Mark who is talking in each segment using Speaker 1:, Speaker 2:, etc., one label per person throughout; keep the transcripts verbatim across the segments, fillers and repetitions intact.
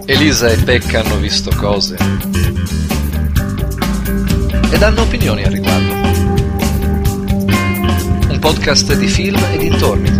Speaker 1: Elisa e Pecca hanno visto cose ed hanno opinioni al riguardo. Un podcast di film e dintorni.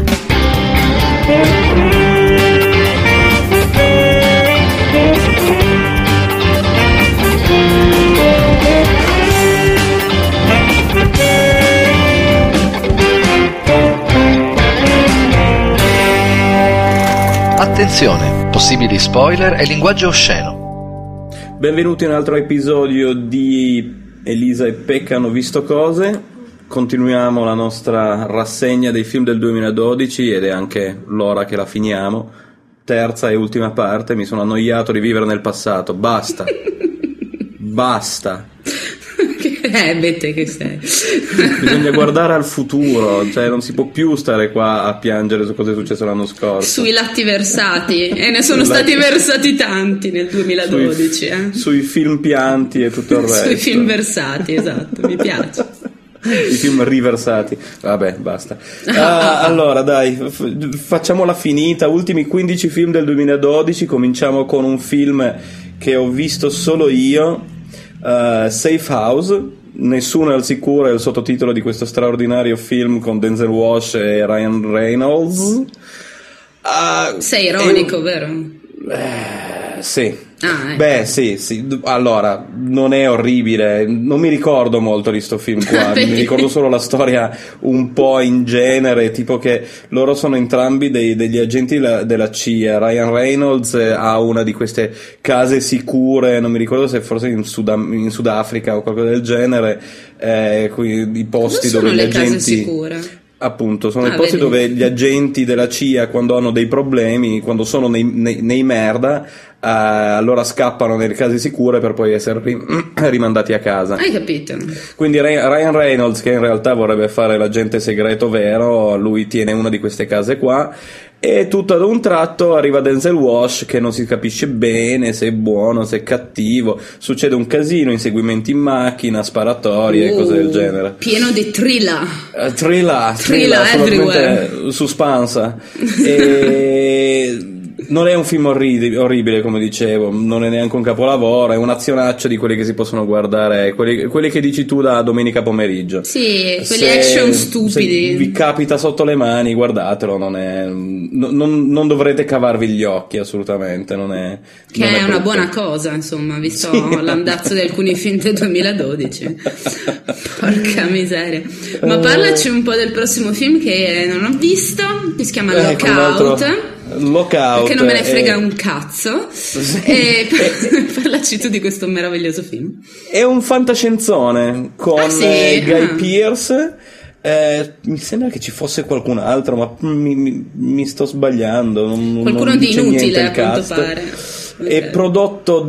Speaker 1: Attenzione, possibili spoiler e linguaggio osceno.
Speaker 2: Benvenuti in un altro episodio di Elisa e Pecca hanno visto cose. Continuiamo la nostra rassegna dei film del duemiladodici ed è anche l'ora che la finiamo. Terza e ultima parte, mi sono annoiato di vivere nel passato, basta. Basta.
Speaker 3: Eh, bete che sei.
Speaker 2: Bisogna guardare al futuro, cioè non si può più stare qua a piangere su cosa è successo l'anno scorso.
Speaker 3: Sui latti versati, e ne sono
Speaker 2: Sui
Speaker 3: stati
Speaker 2: latti...
Speaker 3: versati tanti nel duemiladodici.
Speaker 2: Sui,
Speaker 3: eh.
Speaker 2: sui film pianti e tutto il resto.
Speaker 3: Sui film versati, esatto, mi piace.
Speaker 2: I film riversati. Vabbè, basta. Ah, allora, dai, f- facciamola finita. Ultimi quindici film del duemiladodici. Cominciamo con un film che ho visto solo io, uh, Safe House. Nessuno è al sicuro è il sottotitolo di questo straordinario film con Denzel Washington e Ryan Reynolds. Uh,
Speaker 3: Sei ironico,
Speaker 2: un...
Speaker 3: vero?
Speaker 2: Eh, sì.
Speaker 3: Ah, ecco.
Speaker 2: Beh, sì, sì. Allora, non è orribile. Non mi ricordo molto di sto film qua. Mi ricordo solo la storia un po' in genere. Tipo che loro sono entrambi dei, degli agenti la, della C I A. Ryan Reynolds ha una di queste case sicure. Non mi ricordo se forse in, Sud, in Sudafrica o qualcosa del genere. Eh, i posti
Speaker 3: Cosa
Speaker 2: dove
Speaker 3: sono
Speaker 2: gli
Speaker 3: le
Speaker 2: agenti.
Speaker 3: Case sicure?
Speaker 2: Appunto, sono
Speaker 3: ah,
Speaker 2: i posti
Speaker 3: vedi.
Speaker 2: dove gli agenti della C I A, quando hanno dei problemi, quando sono nei, nei, nei merda, eh, allora scappano nelle case sicure per poi essere rim- rimandati a casa.
Speaker 3: Hai capito?
Speaker 2: Quindi Ryan Reynolds, che in realtà vorrebbe fare l'agente segreto vero, lui tiene una di queste case qua. E tutto ad un tratto arriva Denzel Washington che non si capisce bene se è buono, se è cattivo. Succede un casino, inseguimenti in macchina, sparatorie e
Speaker 3: uh,
Speaker 2: cose del genere.
Speaker 3: Pieno di thriller.
Speaker 2: Uh, thriller,
Speaker 3: Thriller everywhere.
Speaker 2: Suspensa. E non è un film orribile, orribile, come dicevo, non è neanche un capolavoro, è un'azionaccia di quelli che si possono guardare, quelli, quelli che dici tu da domenica pomeriggio.
Speaker 3: Sì, quelli
Speaker 2: se,
Speaker 3: action stupidi.
Speaker 2: Se vi capita sotto le mani, guardatelo, non è, no, non, non dovrete cavarvi gli occhi assolutamente, non è.
Speaker 3: Che
Speaker 2: non
Speaker 3: è,
Speaker 2: è
Speaker 3: una
Speaker 2: brutto.
Speaker 3: buona cosa, insomma, visto
Speaker 2: sì.
Speaker 3: l'andazzo di alcuni film del duemiladodici. Porca miseria. Ma parlaci un po' del prossimo film che non ho visto, che si chiama
Speaker 2: Eh,
Speaker 3: Lockout.
Speaker 2: Lockout,
Speaker 3: perché non me ne frega
Speaker 2: è...
Speaker 3: un cazzo. E parlaci tu di questo meraviglioso film.
Speaker 2: È un fantascienzone con
Speaker 3: ah, sì?
Speaker 2: eh, Guy
Speaker 3: ah.
Speaker 2: Pearce. Eh, mi sembra che ci fosse qualcun altro, ma mi, mi, mi sto sbagliando. Non,
Speaker 3: Qualcuno
Speaker 2: non
Speaker 3: di
Speaker 2: dice
Speaker 3: inutile, a
Speaker 2: niente il
Speaker 3: quanto
Speaker 2: cast.
Speaker 3: pare.
Speaker 2: È
Speaker 3: okay.
Speaker 2: prodotto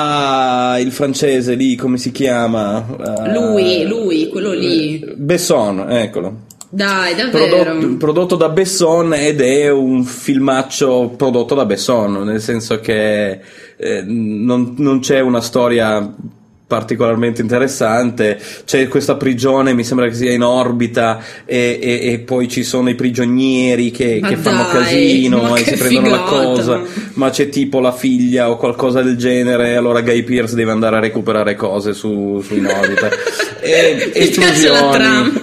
Speaker 2: da il francese lì, come si chiama? Uh,
Speaker 3: lui, lui, quello lì.
Speaker 2: Besson, eccolo.
Speaker 3: Dai, davvero?
Speaker 2: Prodotto, prodotto da Besson ed è un filmaccio prodotto da Besson, nel senso che eh, non, non c'è una storia particolarmente interessante, c'è questa prigione, mi sembra che sia in orbita e, e, e poi ci sono i prigionieri che, che fanno
Speaker 3: dai,
Speaker 2: casino e si prendono
Speaker 3: figata.
Speaker 2: la cosa, ma c'è tipo la figlia o qualcosa del genere, allora Guy Pearce deve andare a recuperare cose su, su in orbita e esplosioni.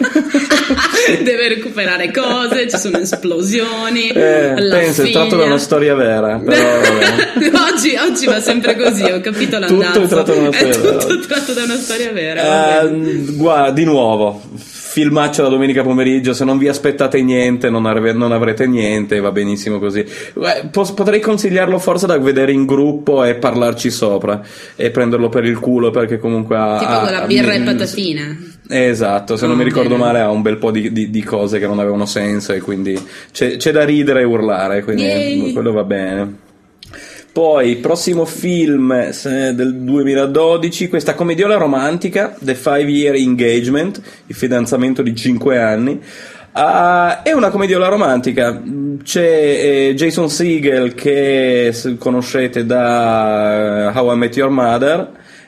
Speaker 3: Deve recuperare cose, ci sono esplosioni.
Speaker 2: Eh, pensa, è tratto da una storia vera. Però,
Speaker 3: oggi, oggi va sempre così, ho capito l'andazzo.
Speaker 2: Tutto è tratto da una storia
Speaker 3: è
Speaker 2: vera.
Speaker 3: tutto tratto da una storia vera.
Speaker 2: Eh, guarda, di nuovo, filmaccio la domenica pomeriggio, se non vi aspettate niente non, arve- non avrete niente, va benissimo così. Eh, pos- potrei consigliarlo forse da vedere in gruppo e parlarci sopra e prenderlo per il culo, perché comunque ha...
Speaker 3: Tipo con la birra e patatine.
Speaker 2: Esatto, se
Speaker 3: oh,
Speaker 2: non mi ricordo
Speaker 3: bene.
Speaker 2: male ha un bel po' di, di, di cose che non avevano senso e quindi c'è, c'è da ridere e urlare, quindi
Speaker 3: Yay.
Speaker 2: quello va bene. Poi, prossimo film del duemiladodici, questa commediola romantica, The Five Year Engagement, il fidanzamento di cinque anni. Uh, è una commediola romantica, c'è eh, Jason Segel che conoscete da How I Met Your Mother,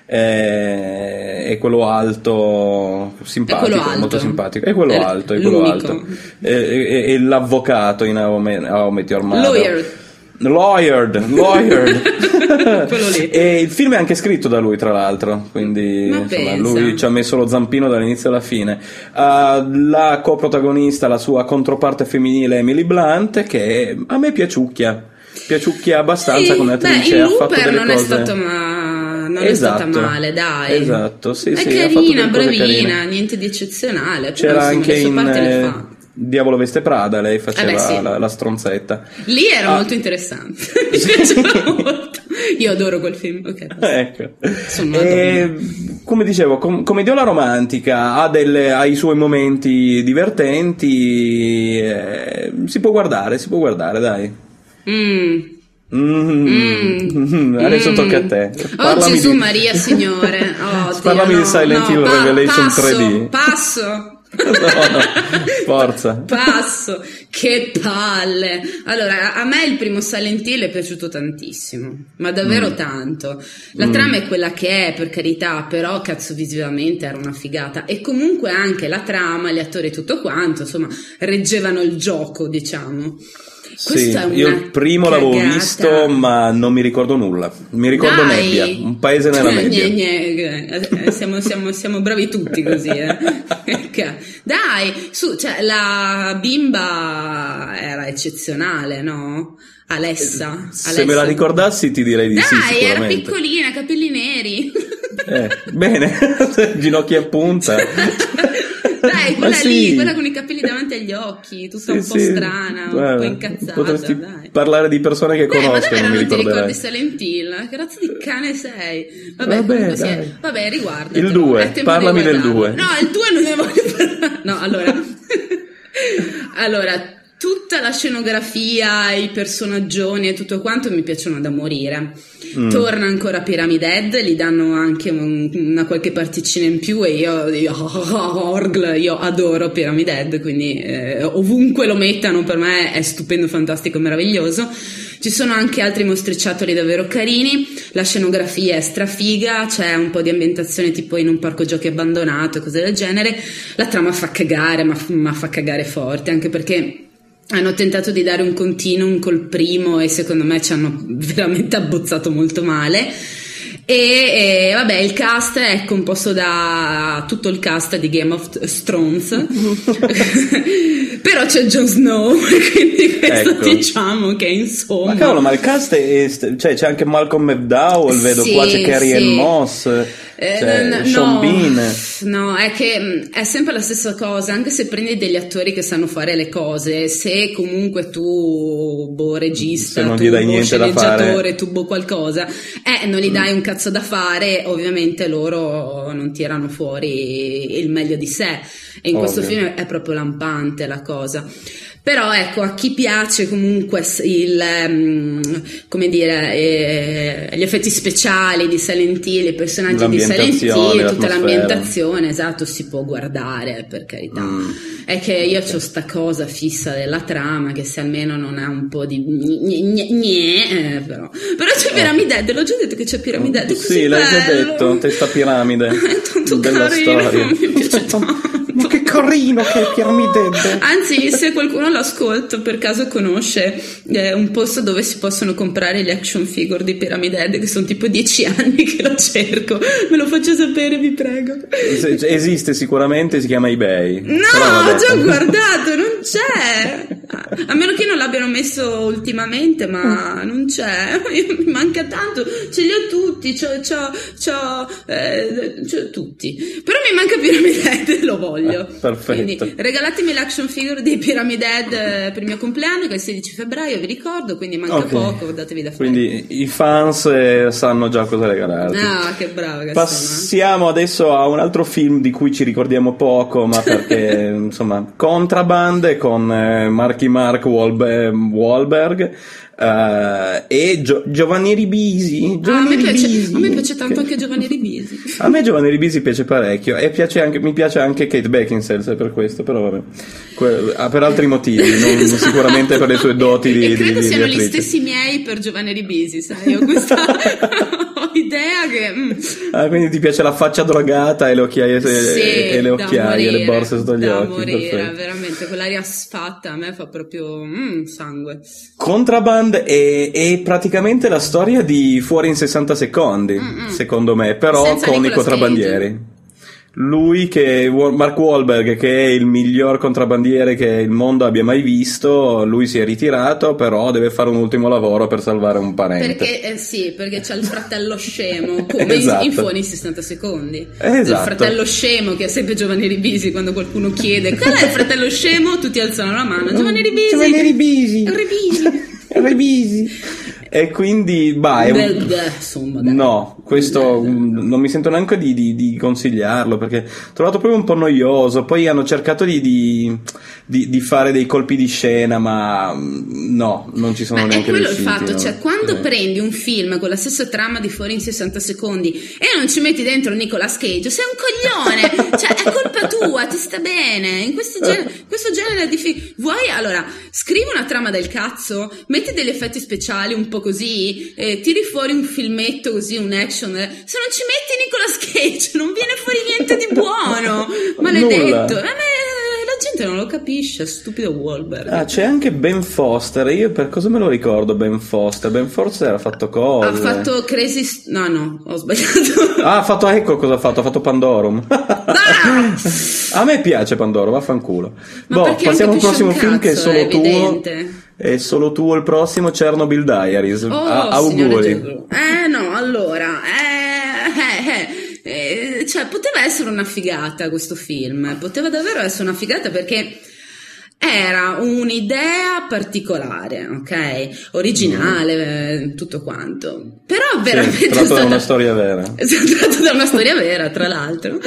Speaker 2: eh, è quello alto, simpatico,
Speaker 3: è quello alto.
Speaker 2: molto simpatico, è quello
Speaker 3: è
Speaker 2: alto, è quello
Speaker 3: l'unico.
Speaker 2: alto, è, è, è l'avvocato in How I Met, How I Met Your Mother.
Speaker 3: Lawyer.
Speaker 2: Lawyered, Lawyered.
Speaker 3: Quello lì.
Speaker 2: E il film è anche scritto da lui, tra l'altro, quindi
Speaker 3: Ma
Speaker 2: insomma,
Speaker 3: pensa.
Speaker 2: lui ci ha messo lo zampino dall'inizio alla fine. Uh, la coprotagonista, la sua controparte femminile Emily Blunt, che a me piaciucchia piaciucchia abbastanza
Speaker 3: Sì,
Speaker 2: come attrice.
Speaker 3: beh,
Speaker 2: ha fatto
Speaker 3: Looper
Speaker 2: delle
Speaker 3: non
Speaker 2: cose...
Speaker 3: è stato ma... non
Speaker 2: esatto,
Speaker 3: è stata male, dai.
Speaker 2: Esatto, sì,
Speaker 3: è
Speaker 2: sì, ha fatto
Speaker 3: carina,
Speaker 2: delle cose
Speaker 3: bravina,
Speaker 2: carine.
Speaker 3: niente di eccezionale.
Speaker 2: C'era
Speaker 3: però, insomma,
Speaker 2: anche
Speaker 3: le sue
Speaker 2: in
Speaker 3: parti le
Speaker 2: eh,
Speaker 3: fa.
Speaker 2: Diavolo Veste Prada, lei faceva
Speaker 3: Eh beh, sì.
Speaker 2: la, la stronzetta.
Speaker 3: Lì era
Speaker 2: Ah.
Speaker 3: molto interessante. Mi piaceva molto. Io adoro quel film. Ok,
Speaker 2: Ecco.
Speaker 3: Sono
Speaker 2: E, come dicevo, com- commediola romantica, ha, delle, ha i suoi momenti divertenti, eh, si può guardare, si può guardare, dai.
Speaker 3: Mm.
Speaker 2: Mm.
Speaker 3: Mm.
Speaker 2: Adesso
Speaker 3: Mm.
Speaker 2: tocca a te.
Speaker 3: Oh
Speaker 2: Parlami
Speaker 3: Gesù
Speaker 2: di...
Speaker 3: Maria Signore. Oh, Dio,
Speaker 2: Parlami
Speaker 3: no,
Speaker 2: di Silent
Speaker 3: no,
Speaker 2: Hill
Speaker 3: pa-
Speaker 2: Revelation
Speaker 3: passo,
Speaker 2: tre D.
Speaker 3: Passo.
Speaker 2: No, no, forza.
Speaker 3: Passo, che palle. Allora, a me il primo Silent Hill è piaciuto tantissimo, ma davvero
Speaker 2: Mm.
Speaker 3: tanto. La
Speaker 2: Mm.
Speaker 3: trama è quella che è, per carità, però cazzo visivamente era una figata. E comunque anche la trama, gli attori e tutto quanto, insomma, reggevano il gioco, diciamo.
Speaker 2: Sì,
Speaker 3: Questa è una
Speaker 2: io il primo l'avevo
Speaker 3: cagata.
Speaker 2: visto, ma non mi ricordo nulla. Mi ricordo
Speaker 3: Dai.
Speaker 2: Nebbia, un paese nella nebbia.
Speaker 3: Gne, gne, eh, siamo, siamo, siamo bravi tutti così, eh. Dai, su, cioè, la bimba era eccezionale, no? Alessa.
Speaker 2: Se
Speaker 3: Alessa.
Speaker 2: me la ricordassi ti direi di
Speaker 3: Dai,
Speaker 2: sì,
Speaker 3: era
Speaker 2: sicuramente.
Speaker 3: piccolina, capelli neri.
Speaker 2: Eh, bene, ginocchia a punta.
Speaker 3: Dai,
Speaker 2: Ma
Speaker 3: quella
Speaker 2: sì.
Speaker 3: lì, quella con i capelli davanti agli occhi, tutta
Speaker 2: Sì,
Speaker 3: un po'
Speaker 2: sì.
Speaker 3: strana, un
Speaker 2: Guarda,
Speaker 3: po' incazzata.
Speaker 2: potresti
Speaker 3: Dai.
Speaker 2: parlare di persone che
Speaker 3: Beh, ma
Speaker 2: conosco,
Speaker 3: davvero
Speaker 2: non mi
Speaker 3: non ti
Speaker 2: ricorderai.
Speaker 3: ricordi Silent Hill? Che razza di cane sei? Vabbè,
Speaker 2: Vabbè,
Speaker 3: comunque sia.
Speaker 2: dai.
Speaker 3: Vabbè, riguarda.
Speaker 2: Il due, parlami del due.
Speaker 3: No, il due non ne voglio parlare. No, allora. allora, tutta la scenografia, i personaggioni e tutto quanto mi piacciono da morire. Mm. Torna ancora Pyramid Head, gli danno anche un, una qualche particina in più e io, io, Orgl, io adoro Pyramid Head, quindi eh, ovunque lo mettano per me è stupendo, fantastico, meraviglioso. Ci sono anche altri mostriciattoli davvero carini, la scenografia è strafiga, c'è un po' di ambientazione tipo in un parco giochi abbandonato e cose del genere. La trama fa cagare, ma, ma fa cagare forte, anche perché hanno tentato di dare un continuum col primo e secondo me ci hanno veramente abbozzato molto male. E, e vabbè, il cast è composto da tutto il cast di Game of Thrones. Però c'è Jon Snow, quindi questo
Speaker 2: Ecco.
Speaker 3: diciamo che insomma.
Speaker 2: Ma cavolo, ma il cast è, cioè c'è anche Malcolm McDowell, vedo
Speaker 3: Sì,
Speaker 2: qua c'è Carrie
Speaker 3: sì.
Speaker 2: Ann Moss,
Speaker 3: Eh,
Speaker 2: c'è
Speaker 3: no,
Speaker 2: Sean
Speaker 3: no,
Speaker 2: Bean.
Speaker 3: no, è che mh, è sempre la stessa cosa, anche se prendi degli attori che sanno fare le cose, se comunque tu, boh, regista,
Speaker 2: Se non
Speaker 3: tu,
Speaker 2: gli dai
Speaker 3: boh,
Speaker 2: niente da
Speaker 3: sceneggiatore,
Speaker 2: fare.
Speaker 3: tu, boh, qualcosa, eh, non gli dai un cazzo da fare, ovviamente loro non tirano fuori il meglio di sé, e in questo
Speaker 2: Ovvio.
Speaker 3: film è proprio lampante la cosa. Però ecco, a chi piace comunque il, um, come dire, eh, gli effetti speciali di Silent Hill, i personaggi di Silent
Speaker 2: L'ambientazione,
Speaker 3: Hill, tutta
Speaker 2: l'atmosfera.
Speaker 3: l'ambientazione, esatto, si può guardare, per carità.
Speaker 2: Mm.
Speaker 3: È che io c'ho sta cosa fissa della trama, che se almeno non ha un po' di gne, gne, gne, eh, però. Però c'è Pyramid Head, l'ho già detto che c'è Pyramid Head, è così
Speaker 2: Sì, l'hai già
Speaker 3: bello.
Speaker 2: detto, testa piramide.
Speaker 3: È tanto
Speaker 2: Bella
Speaker 3: carino,
Speaker 2: storia.
Speaker 3: mi piace tanto.
Speaker 2: Ma che carino che è Pyramid Head.
Speaker 3: Anzi, se qualcuno l'ascolta per caso conosce eh, un posto dove si possono comprare gli action figure di Pyramid Head, che sono tipo dieci anni che lo cerco, me lo faccio sapere, vi prego.
Speaker 2: Se- Esiste sicuramente, si chiama eBay.
Speaker 3: No,
Speaker 2: Però vabbè.
Speaker 3: ho già guardato, non c'è. A meno che non l'abbiano messo ultimamente, ma non c'è. Mi manca tanto. Ce li ho tutti, c'ho, c'ho, c'ho, eh, c'ho tutti. Però mi manca Pyramid Head, lo voglio.
Speaker 2: Ah, perfetto.
Speaker 3: Quindi regalatemi l'action figure di Pyramid Head eh, per il mio compleanno, che è il sedici febbraio, vi ricordo, quindi manca
Speaker 2: Ok.
Speaker 3: poco, datevi da fare.
Speaker 2: Quindi i fans eh, sanno già cosa regalarti.
Speaker 3: Ah, che brava che sono.
Speaker 2: Passiamo adesso a un altro film di cui ci ricordiamo poco, ma perché insomma, Contraband con eh, Marky Mark Wahlbe- Wahlberg eh, e Gio- Giovanni Ribisi.
Speaker 3: Ah, a,
Speaker 2: Giovanni
Speaker 3: me piace,
Speaker 2: Ribisi,
Speaker 3: a me piace tanto
Speaker 2: che-
Speaker 3: anche Giovanni Ribisi.
Speaker 2: A me Giovanni Ribisi piace parecchio e piace anche, mi piace anche Kate Beckinsale, se per questo, però vabbè. Que- ah, per altri motivi, non
Speaker 3: Esatto.
Speaker 2: sicuramente per le sue doti di,
Speaker 3: E
Speaker 2: di,
Speaker 3: credo
Speaker 2: di,
Speaker 3: siano
Speaker 2: di
Speaker 3: gli
Speaker 2: attrice.
Speaker 3: stessi miei per Giovanni Ribisi, sai, ho questa, ho ho idea che mm.
Speaker 2: Ah, quindi ti piace la faccia drogata e le occhiaie
Speaker 3: sì,
Speaker 2: e, e le occhiaie,
Speaker 3: morire,
Speaker 2: le borse sotto gli
Speaker 3: da
Speaker 2: occhi.
Speaker 3: morire,
Speaker 2: Perfetto.
Speaker 3: veramente quell'aria sfatta a me fa proprio mm, sangue.
Speaker 2: Contraband è, è praticamente la storia di Fuori in sessanta secondi, Mm-mm. secondo me, però
Speaker 3: senza
Speaker 2: con
Speaker 3: Nicolas
Speaker 2: i contrabbandieri.
Speaker 3: Cage.
Speaker 2: Lui che Mark Wahlberg, che è il miglior contrabbandiere che il mondo abbia mai visto, lui si è ritirato, però deve fare un ultimo lavoro per salvare un parente.
Speaker 3: Perché eh, sì, perché c'è il fratello scemo, come
Speaker 2: Esatto.
Speaker 3: in, in Fuori in sessanta secondi.
Speaker 2: Esatto.
Speaker 3: Il fratello scemo, che è sempre Giovanni Ribisi, quando qualcuno chiede qual è il fratello scemo, tutti alzano la mano. Giovanni Ribisi.
Speaker 2: Giovanni Ribisi.
Speaker 3: Ribisi.
Speaker 2: Ribisi. E quindi, bah, è un...
Speaker 3: Insomma, dai.
Speaker 2: No, questo um, non mi sento neanche di, di, di consigliarlo, perché ho trovato proprio un po' noioso. Poi hanno cercato di, di, di, di fare dei colpi di scena, ma no, non ci sono
Speaker 3: ma
Speaker 2: neanche
Speaker 3: è quello
Speaker 2: riusciti.
Speaker 3: il fatto,
Speaker 2: no?
Speaker 3: cioè quando
Speaker 2: eh.
Speaker 3: prendi un film con la stessa trama di Fuori in sessanta secondi e non ci metti dentro Nicolas Cage, sei un coglione, cioè è colpa tua, ti sta bene. In questi genere, questo genere di film vuoi, allora scrivi una trama del cazzo, metti degli effetti speciali un po' così, eh, tiri fuori un filmetto così, un action, eh. Se non ci metti Nicolas Cage non viene fuori niente di buono, maledetto. Eh, la gente non lo capisce, stupido Wahlberg.
Speaker 2: Ah, c'è anche Ben Foster. Io per cosa me lo ricordo Ben Foster? Ben Foster ha fatto cosa?
Speaker 3: Ha fatto Crazy St- no no ho sbagliato.
Speaker 2: Ah, ha fatto, ecco cosa ha fatto, ha fatto Pandorum.
Speaker 3: Ah!
Speaker 2: A me piace Pandorum, vaffanculo.
Speaker 3: Ma
Speaker 2: Boh, passiamo al prossimo film che è solo
Speaker 3: è
Speaker 2: tuo.
Speaker 3: evidente.
Speaker 2: È solo tuo il prossimo, Chernobyl Diaries.
Speaker 3: Oh,
Speaker 2: ah, auguri.
Speaker 3: Eh no, allora, eh, eh, eh, cioè poteva essere una figata questo film, poteva davvero essere una figata perché era un'idea particolare, ok? Originale, mm. tutto quanto. Però veramente
Speaker 2: sì, tratto
Speaker 3: stata...
Speaker 2: da una storia vera.
Speaker 3: Tratto da una storia vera, tra l'altro.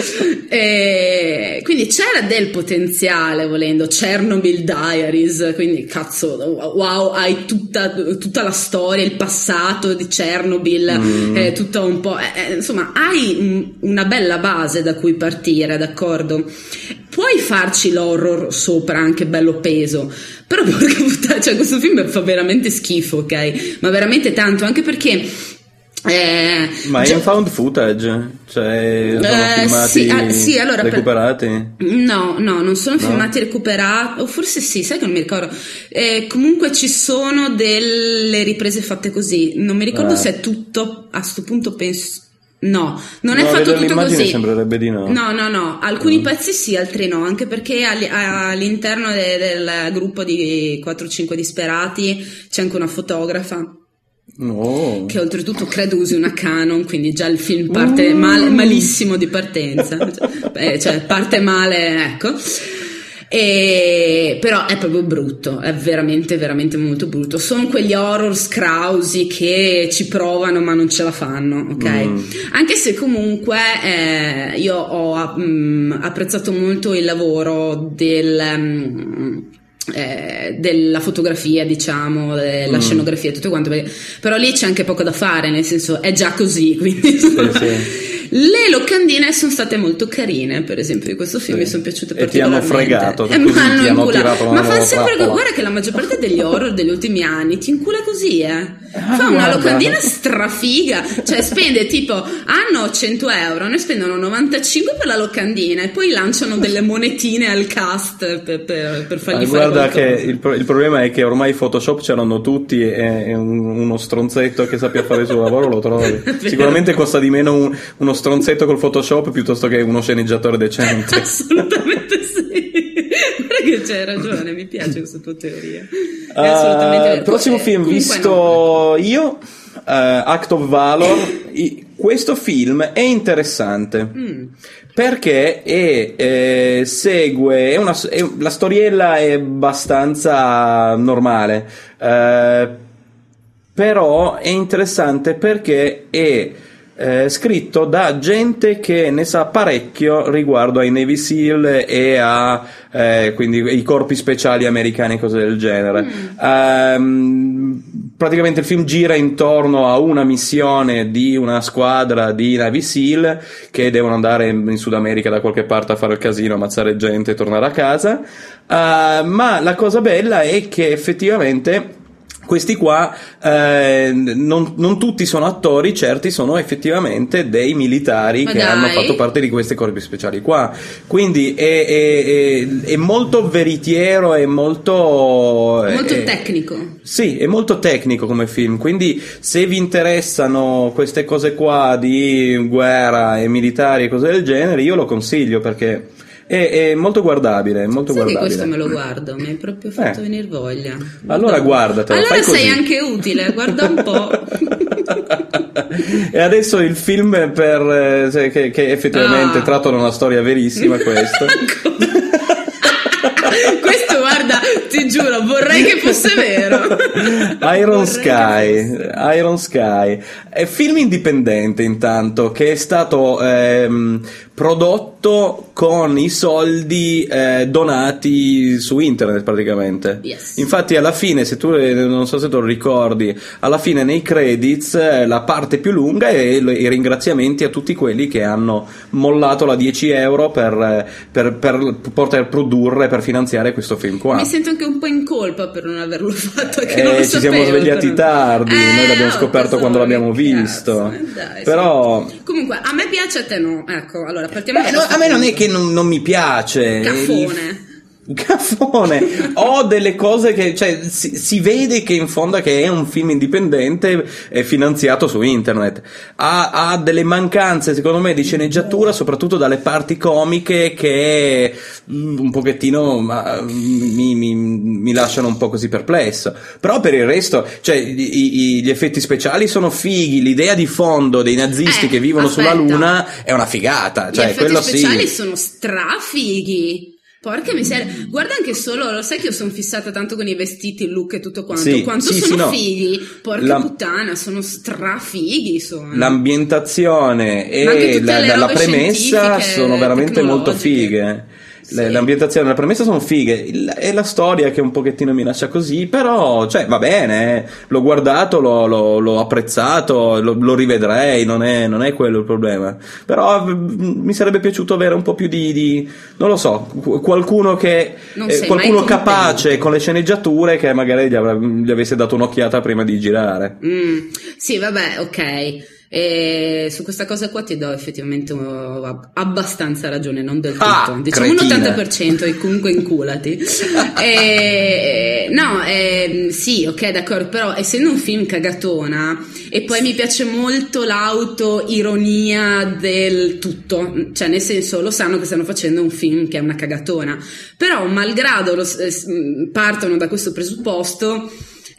Speaker 3: E quindi c'era del potenziale, volendo, Chernobyl Diaries, quindi cazzo, wow, hai tutta, tutta la storia, il passato di Chernobyl, mm. eh, tutto un po', eh, insomma, hai un, una bella base da cui partire, d'accordo? Puoi farci l'horror sopra, anche bello peso, però porca puttana, cioè questo film fa veramente schifo, ok? Ma veramente tanto, anche perché eh,
Speaker 2: ma è
Speaker 3: già...
Speaker 2: un found footage, cioè sono
Speaker 3: eh,
Speaker 2: filmati
Speaker 3: sì, ah, sì, allora,
Speaker 2: recuperati?
Speaker 3: Per... No, no, non sono
Speaker 2: no?
Speaker 3: filmati recuperati, o forse sì, sai che non mi ricordo. Eh, comunque ci sono delle riprese fatte così, non mi ricordo
Speaker 2: ah.
Speaker 3: se è tutto, a sto punto penso... No, non
Speaker 2: no,
Speaker 3: è fatto tutto così.
Speaker 2: Sembrerebbe di no.
Speaker 3: No, no, no, alcuni
Speaker 2: mm.
Speaker 3: pezzi sì, altri no, anche perché all'interno de- del gruppo di quattro cinque disperati c'è anche una fotografa.
Speaker 2: No.
Speaker 3: Che oltretutto credo usi una Canon, quindi già il film parte
Speaker 2: uh.
Speaker 3: male, malissimo di partenza, cioè, cioè parte male, ecco. E però è proprio brutto, è veramente veramente molto brutto. Sono quegli horror scrausi che ci provano ma non ce la fanno, ok? Mm. Anche se comunque eh, io ho mh, apprezzato molto il lavoro del mh, Eh, della fotografia, diciamo, della mm. scenografia, tutto quanto, perché, però lì c'è anche poco da fare, nel senso è già così, quindi sì, sì. Le locandine sono state molto carine, per esempio di questo film sì. mi sono piaciute particolarmente
Speaker 2: e ti hanno fregato,
Speaker 3: eh, ma hanno
Speaker 2: ti hanno tirato
Speaker 3: ma fa sempre
Speaker 2: trappola.
Speaker 3: Guarda che la maggior parte degli horror degli ultimi anni ti incula così, eh
Speaker 2: ah,
Speaker 3: fa una
Speaker 2: guarda.
Speaker 3: locandina strafiga, cioè spende tipo hanno cento euro, ne spendono novantacinque per la locandina e poi lanciano delle monetine al cast per, per, per fargli
Speaker 2: ah,
Speaker 3: fare
Speaker 2: guarda
Speaker 3: qualcosa.
Speaker 2: Che il, pro- il problema è che ormai Photoshop ce l'hanno tutti e, e un, uno stronzetto che sappia fare il suo lavoro lo trovi. Sicuramente costa di meno un, uno stronzetto col Photoshop piuttosto che uno sceneggiatore decente.
Speaker 3: Assolutamente sì. Guarda che c'hai ragione, mi piace questa tua teoria. È assolutamente
Speaker 2: uh,
Speaker 3: vero.
Speaker 2: Prossimo
Speaker 3: eh,
Speaker 2: film visto
Speaker 3: no.
Speaker 2: io, uh, Act of Valor. I, questo film è interessante. Mm. Perché è, eh, segue, è una, è, la storiella è abbastanza normale, eh, però è interessante perché è eh, scritto da gente che ne sa parecchio riguardo ai Navy SEAL e a eh, quindi i corpi speciali americani e cose del genere. Mm. Um, praticamente il film gira intorno a una missione di una squadra di Navy SEAL che devono andare in Sud America da qualche parte a fare il casino, ammazzare gente e tornare a casa. Uh, ma la cosa bella è che effettivamente Questi qua eh, non, non tutti sono attori, certi sono effettivamente dei militari
Speaker 3: Ma
Speaker 2: che
Speaker 3: dai.
Speaker 2: hanno fatto parte di questi corpi speciali qua. Quindi è, è, è, è molto veritiero, è molto
Speaker 3: Molto
Speaker 2: è,
Speaker 3: tecnico.
Speaker 2: Sì, è molto tecnico come film. Quindi se vi interessano queste cose qua di guerra e militari e cose del genere, io lo consiglio perché È, è molto guardabile, è molto
Speaker 3: Sai
Speaker 2: guardabile.
Speaker 3: che questo me lo guardo, mi hai proprio fatto
Speaker 2: Eh.
Speaker 3: venire voglia.
Speaker 2: Allora guardatelo,
Speaker 3: Allora
Speaker 2: fai così.
Speaker 3: sei anche utile, guarda un po'.
Speaker 2: E adesso il film per eh, se- che, che effettivamente
Speaker 3: Ah.
Speaker 2: tratta una storia verissima, questo.
Speaker 3: Questo guarda, ti giuro, vorrei che fosse vero.
Speaker 2: Iron
Speaker 3: Vorrei
Speaker 2: Sky,
Speaker 3: che fosse.
Speaker 2: Iron Sky è film indipendente intanto che è stato ehm, prodotto con i soldi eh, donati su internet praticamente.
Speaker 3: Yes.
Speaker 2: Infatti alla fine, se tu eh, non so se te lo ricordi, alla fine nei credits eh, la parte più lunga è l- i ringraziamenti a tutti quelli che hanno mollato la dieci euro per, eh, per, per poter produrre, per finanziare questo film qua.
Speaker 3: Mi sento anche un po' in colpa per non averlo fatto, che
Speaker 2: Eh,
Speaker 3: non lo
Speaker 2: ci
Speaker 3: sapevo,
Speaker 2: siamo svegliati
Speaker 3: però.
Speaker 2: tardi,
Speaker 3: Eh,
Speaker 2: noi l'abbiamo
Speaker 3: oh,
Speaker 2: scoperto
Speaker 3: tesoro,
Speaker 2: quando l'abbiamo
Speaker 3: che
Speaker 2: visto.
Speaker 3: cazzo, eh, dai,
Speaker 2: Però
Speaker 3: sì. Comunque, a me piace, a te no. Ecco, allora partiamo
Speaker 2: Beh,
Speaker 3: da
Speaker 2: no,
Speaker 3: questo
Speaker 2: a me non è
Speaker 3: punto.
Speaker 2: che non, non mi piace.
Speaker 3: Caffone.
Speaker 2: Caffone. Ho delle cose che, cioè, si, si vede che in fondo che è un film indipendente e finanziato su internet. Ha, ha delle mancanze, secondo me, di sceneggiatura, soprattutto dalle parti comiche che mm, un pochettino ma, mi, mi, mi lasciano un po' così perplesso. Però per il resto, cioè, i, i, gli effetti speciali sono fighi, l'idea di fondo dei nazisti
Speaker 3: Eh,
Speaker 2: che vivono
Speaker 3: aspetta.
Speaker 2: sulla Luna è una figata.
Speaker 3: Gli
Speaker 2: Cioè,
Speaker 3: effetti
Speaker 2: quello
Speaker 3: speciali
Speaker 2: sì.
Speaker 3: sono strafighi. Porca miseria, guarda anche solo, lo sai che io sono fissata tanto con i vestiti, il look e tutto quanto,
Speaker 2: Sì,
Speaker 3: quanto
Speaker 2: sì,
Speaker 3: sono
Speaker 2: sì, no.
Speaker 3: fighi, porca
Speaker 2: La-
Speaker 3: puttana, sono strafighi, sono.
Speaker 2: L'ambientazione
Speaker 3: Ma anche
Speaker 2: e
Speaker 3: tutte
Speaker 2: la,
Speaker 3: le
Speaker 2: la
Speaker 3: robe
Speaker 2: premessa
Speaker 3: scientifiche,
Speaker 2: sono veramente molto
Speaker 3: tecnologiche.
Speaker 2: fighe. Le-
Speaker 3: Sì.
Speaker 2: L'ambientazione e la premessa sono fighe. Il- È la storia che un pochettino mi lascia così, però, cioè, va bene, eh. L'ho guardato, l'ho, l'ho- l'ho apprezzato, lo, lo rivedrei, non è, non è quello il problema. Però mm, mi sarebbe piaciuto avere un po' più di, di non lo so, qu- qualcuno che
Speaker 3: Non
Speaker 2: eh,
Speaker 3: sei
Speaker 2: qualcuno
Speaker 3: mai contento.
Speaker 2: capace con le sceneggiature che magari gli, avra- gli avesse dato un'occhiata prima di girare.
Speaker 3: Mm, sì, vabbè, ok. E su questa cosa qua ti do effettivamente uh, abbastanza ragione, non del tutto,
Speaker 2: Ah,
Speaker 3: diciamo un
Speaker 2: cretina.
Speaker 3: ottanta per cento e comunque inculati. e, no, eh, sì, ok, d'accordo, però essendo un film cagatona e poi mi piace molto l'autoironia del tutto, cioè nel senso lo sanno che stanno facendo un film che è una cagatona, però malgrado lo, eh, partono da questo presupposto.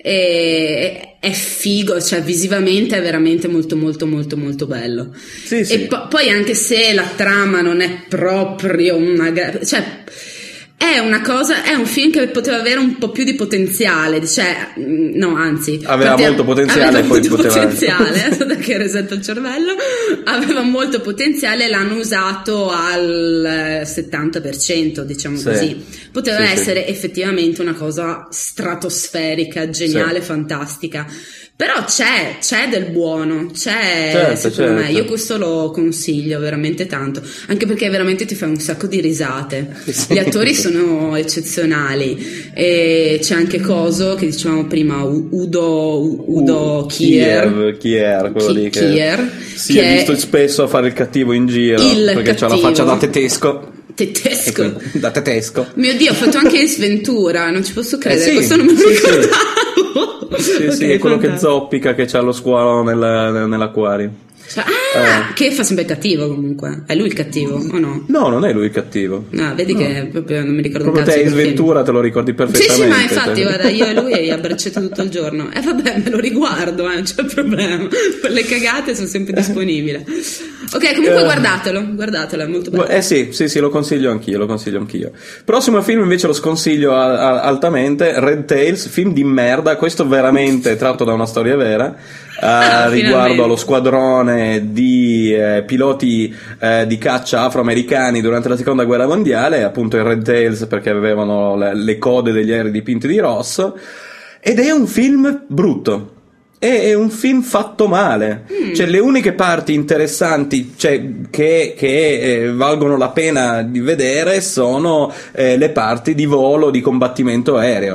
Speaker 3: E è figo, cioè visivamente è veramente molto molto molto molto bello.
Speaker 2: Sì, sì.
Speaker 3: E po- poi anche se la trama non è proprio una gra- cioè è una cosa, è un film che poteva avere un po' più di potenziale, cioè mm, no, anzi
Speaker 2: Aveva
Speaker 3: poteva-
Speaker 2: molto potenziale,
Speaker 3: aveva
Speaker 2: poi
Speaker 3: molto
Speaker 2: poteva-
Speaker 3: potenziale, aspetta che resetto il cervello, aveva molto potenziale, l'hanno usato al settanta per cento, diciamo
Speaker 2: Sì.
Speaker 3: così. Poteva
Speaker 2: Sì, sì.
Speaker 3: essere effettivamente una cosa stratosferica, geniale,
Speaker 2: Sì.
Speaker 3: fantastica. Però c'è, c'è del buono, c'è,
Speaker 2: Certo,
Speaker 3: secondo me.
Speaker 2: certo.
Speaker 3: Io questo lo consiglio veramente tanto, anche perché veramente ti fai un sacco di risate.
Speaker 2: Sì.
Speaker 3: Gli attori sono eccezionali e c'è anche Coso, che dicevamo prima, U- Udo, Udo
Speaker 2: Uh,
Speaker 3: Kier.
Speaker 2: Kiev, Kier, quello
Speaker 3: Chi-
Speaker 2: lì che
Speaker 3: Kier,
Speaker 2: si
Speaker 3: che
Speaker 2: è visto spesso a fare il cattivo in giro
Speaker 3: il
Speaker 2: perché c'ha la
Speaker 3: cattivo.
Speaker 2: faccia da tedesco. E
Speaker 3: Tedesco.
Speaker 2: quindi- da tedesco.
Speaker 3: Mio Dio, ho fatto anche Sventura, non ci posso credere,
Speaker 2: Eh sì,
Speaker 3: questo non me lo
Speaker 2: sì, sì.
Speaker 3: ricordavo.
Speaker 2: Sì, sì,
Speaker 3: Ok,
Speaker 2: è quello che
Speaker 3: fantastico.
Speaker 2: zoppica, che c'ha lo squalo nel- nell'acquario.
Speaker 3: Cioè, ah,
Speaker 2: Eh.
Speaker 3: che fa sempre il cattivo comunque. È lui il cattivo, o no?
Speaker 2: No, non è lui il cattivo.
Speaker 3: No, vedi che proprio non mi ricordo un
Speaker 2: Proprio
Speaker 3: cazzo
Speaker 2: te in
Speaker 3: del film.
Speaker 2: Sventura te lo ricordi
Speaker 3: Sì,
Speaker 2: perfettamente.
Speaker 3: sì, ma infatti,
Speaker 2: Te-
Speaker 3: guarda, io e lui a braccetto tutto il giorno. E vabbè, me lo riguardo, eh, non c'è problema. Per le cagate sono sempre disponibile. Ok, comunque
Speaker 2: Eh.
Speaker 3: guardatelo, guardatelo, è molto bello.
Speaker 2: Eh sì, sì, sì, lo consiglio anch'io, lo consiglio anch'io. Prossimo film invece lo sconsiglio a- a- altamente, Red Tails, film di merda, questo veramente tratto da una storia vera, eh,
Speaker 3: Ah,
Speaker 2: riguardo
Speaker 3: finalmente.
Speaker 2: allo squadrone di eh, piloti eh, di caccia afroamericani durante la seconda guerra mondiale, appunto il Red Tails perché avevano le, le code degli aerei dipinti di rosso, ed è un film brutto. È è un film fatto male,
Speaker 3: Mm.
Speaker 2: cioè le uniche parti interessanti, cioè, che, che eh, valgono la pena di vedere sono eh, le parti di volo, di combattimento aereo.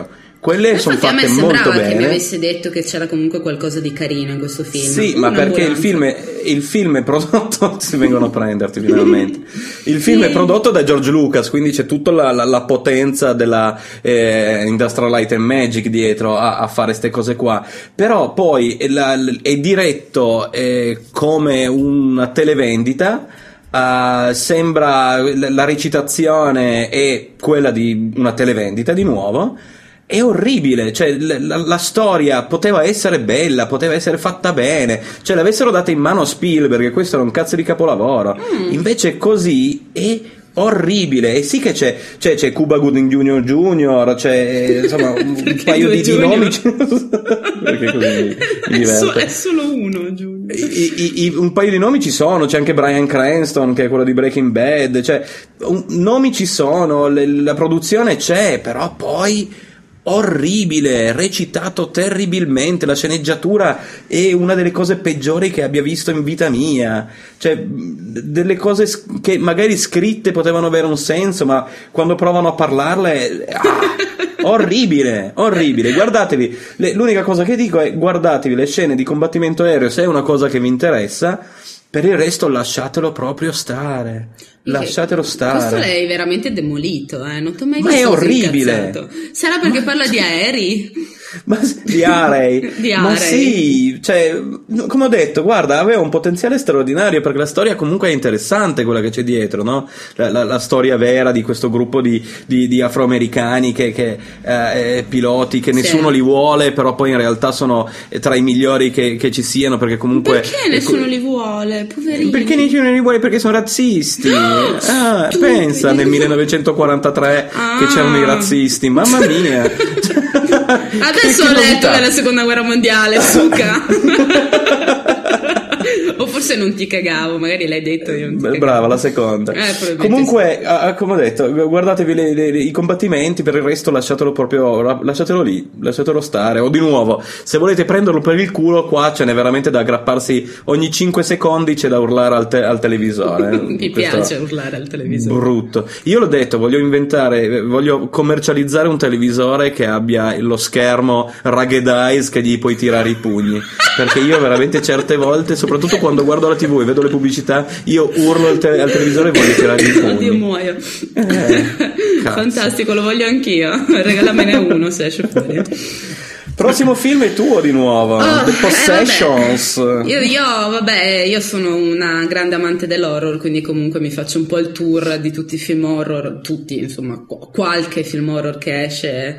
Speaker 2: Quelle sono
Speaker 3: Infatti
Speaker 2: fatte
Speaker 3: a me
Speaker 2: molto
Speaker 3: sembrava
Speaker 2: bene.
Speaker 3: che mi avesse detto che c'era comunque qualcosa di carino in questo film.
Speaker 2: Sì, ma perché il film, è, il film è prodotto si vengono a prenderti finalmente. Il film sì. è prodotto da George Lucas, quindi c'è tutta la, la, la potenza della eh, Industrial Light and Magic dietro a, a fare ste cose qua. Però poi è, la, è diretto eh, come una televendita. Uh, sembra la recitazione è quella di una televendita di nuovo. È orribile, cioè la, la storia poteva essere bella, poteva essere fatta bene, cioè l'avessero data in mano a Spielberg e questo era un cazzo di capolavoro. Mm. Invece così è orribile. E sì che c'è c'è, c'è Cuba Gooding Junior Junior, c'è insomma un, un paio di, di nomi perché così mi, mi
Speaker 3: è, so, è solo uno Junior.
Speaker 2: I, i, i, un paio di nomi ci sono, c'è anche Bryan Cranston che è quello di Breaking Bad, cioè un, nomi ci sono, le, la produzione c'è, però poi orribile, recitato terribilmente, la sceneggiatura è una delle cose peggiori che abbia visto in vita mia, cioè delle cose che magari scritte potevano avere un senso, ma quando provano a parlarle ah, orribile, orribile. Guardatevi, le, l'unica cosa che dico è guardatevi le scene di combattimento aereo se è una cosa che vi interessa, per il resto lasciatelo proprio stare. Lasciatelo stare.
Speaker 3: Questo l'hai veramente demolito, eh? Non t'ho mai
Speaker 2: Ma
Speaker 3: visto
Speaker 2: è orribile.
Speaker 3: incazzato. Sarà perché
Speaker 2: Ma...
Speaker 3: parla di aerei?
Speaker 2: Ma di aerei.
Speaker 3: di
Speaker 2: Ma
Speaker 3: aerei.
Speaker 2: sì, cioè, come ho detto, guarda, aveva un potenziale straordinario perché la storia comunque è interessante, quella che c'è dietro, no? La, la, la storia vera di questo gruppo di, di, di afroamericani che, che eh, piloti che nessuno sì. li vuole, però poi in realtà sono tra i migliori che, che ci siano, perché comunque
Speaker 3: perché nessuno li vuole, poverini?
Speaker 2: Perché nessuno li vuole? Perché sono razzisti. Ah, pensa nel millenovecentoquarantatré ah. che c'erano i razzisti, mamma mia.
Speaker 3: Adesso ho letto della seconda guerra mondiale, suca. O forse non ti cagavo, magari l'hai detto io non ti cagavo.
Speaker 2: Brava, la seconda. Eh, comunque sì. ah, come ho detto, guardatevi le, le, le, i combattimenti, per il resto lasciatelo proprio lasciatelo lì, lasciatelo stare. O di nuovo, se volete prenderlo per il culo, qua ce n'è veramente da aggrapparsi ogni cinque secondi, c'è da urlare al, te, al televisore.
Speaker 3: Mi piace urlare al televisore.
Speaker 2: Brutto. Io l'ho detto, voglio inventare, voglio commercializzare un televisore che abbia lo schermo rugged eyes che gli puoi tirare i pugni, perché io veramente certe volte, soprattutto quando guardo la tivù e vedo le pubblicità, io urlo al, te- al televisore e voglio tirare i pugni.
Speaker 3: Oddio, muoio.
Speaker 2: Eh,
Speaker 3: fantastico, lo voglio anch'io. Regalamene uno se esce fuori.
Speaker 2: Prossimo film è tuo di nuovo,
Speaker 3: oh,
Speaker 2: The Possessions.
Speaker 3: Eh, io, io, vabbè, io sono una grande amante dell'horror, quindi comunque mi faccio un po' il tour di tutti i film horror, tutti, insomma, qualche film horror che esce.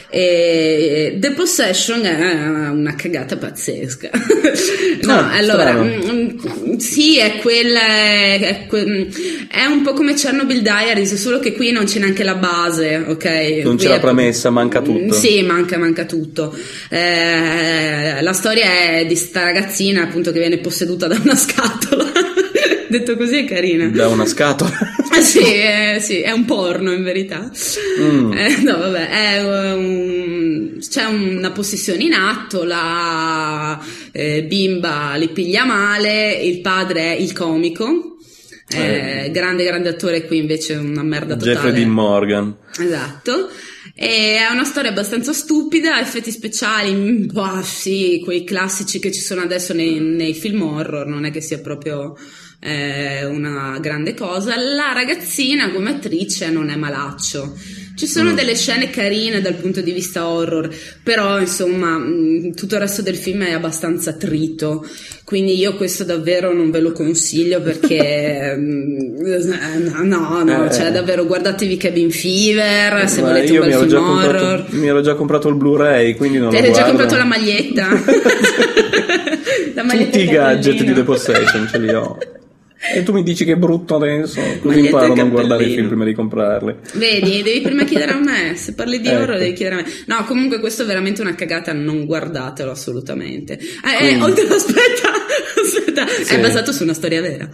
Speaker 3: E The Possession è una cagata pazzesca. No,
Speaker 2: ah,
Speaker 3: allora, mh, sì, è quella, è, que- è un po' come Chernobyl Diaries, solo che qui non c'è neanche la base, ok?
Speaker 2: Non
Speaker 3: qui
Speaker 2: c'è
Speaker 3: è,
Speaker 2: la premessa, manca tutto.
Speaker 3: Sì, manca, manca tutto. Eh, la storia è di sta ragazzina appunto che viene posseduta da una scatola. Detto così è carina.
Speaker 2: Da una scatola?
Speaker 3: Ah, sì, è, sì, è un porno in verità. Mm. Eh, no, vabbè, è un, c'è una possessione in atto, la eh, bimba li piglia male, il padre è il comico. Eh, eh. Grande, grande attore, qui invece una merda totale.
Speaker 2: Jeffrey Dean Morgan.
Speaker 3: Esatto. E è una storia abbastanza stupida, effetti speciali, boh, sì, quei classici che ci sono adesso nei, nei film horror, non è che sia proprio eh, una grande cosa. La ragazzina come attrice non è malaccio. Ci sono mm. delle scene carine dal punto di vista horror, però insomma tutto il resto del film è abbastanza trito, quindi io questo davvero non ve lo consiglio perché no, no, eh. cioè davvero guardatevi Cabin Fever se
Speaker 2: Ma
Speaker 3: volete un bel film horror.
Speaker 2: Comprato, mi ero già comprato il Blu-ray, quindi non
Speaker 3: Ti
Speaker 2: lo
Speaker 3: eri
Speaker 2: guardo.
Speaker 3: già comprato la maglietta? La maglietta
Speaker 2: tutti i gadget di The Possession ce li ho. E tu mi dici che è brutto adesso, così
Speaker 3: Maglietta
Speaker 2: imparo a non guardare i film prima di comprarli.
Speaker 3: Vedi, devi prima chiedere a me, se parli di
Speaker 2: ecco.
Speaker 3: horror devi chiedere a me. No, comunque questo è veramente una cagata, non guardatelo assolutamente. Eh, eh, oltre, aspetta, aspetta, sì. È basato su una storia vera.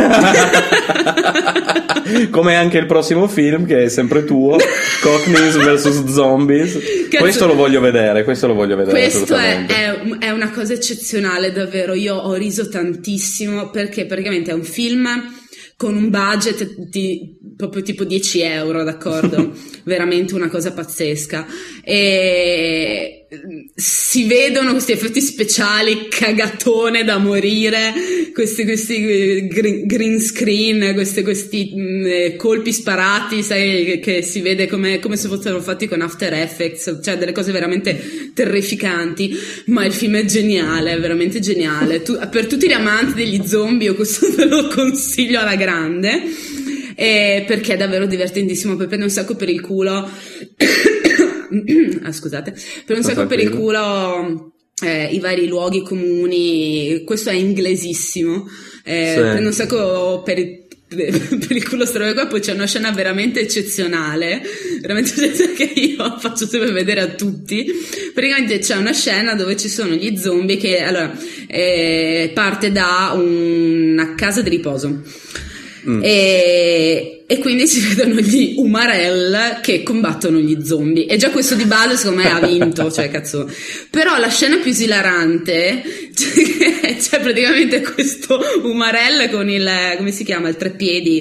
Speaker 2: Come anche il prossimo film che è sempre tuo, Cockneys versus Zombies. Cazzo, questo lo voglio vedere, questo lo voglio vedere.
Speaker 3: Questo è, è, è una cosa eccezionale, davvero. Io ho riso tantissimo perché praticamente è un film con un budget di proprio tipo dieci euro, d'accordo? Veramente una cosa pazzesca. E si vedono questi effetti speciali, cagatone da morire, questi, questi green, green screen, questi, questi mh, colpi sparati, sai, che, che si vede come, come se fossero fatti con After Effects, cioè delle cose veramente terrificanti, ma il film è geniale, è veramente geniale. Tu, per tutti gli amanti degli zombie, io questo ve lo consiglio alla grande, eh, perché è davvero divertentissimo, poi prende un sacco per il culo ah, scusate, per un sacco per il culo eh, i vari luoghi comuni. Questo è inglesissimo, eh,
Speaker 2: sì.
Speaker 3: Prende un sacco per il per il culo sta roba qua. Poi c'è una scena veramente eccezionale, veramente che io faccio sempre vedere a tutti. Praticamente c'è una scena dove ci sono gli zombie che allora eh, parte da una casa di riposo. Mm. E, e quindi si vedono gli umarell che combattono gli zombie, e già questo di base secondo me ha vinto, cioè cazzo. Però la scena più esilarante c'è, c'è praticamente questo umarell con il, come si chiama, il treppiedi,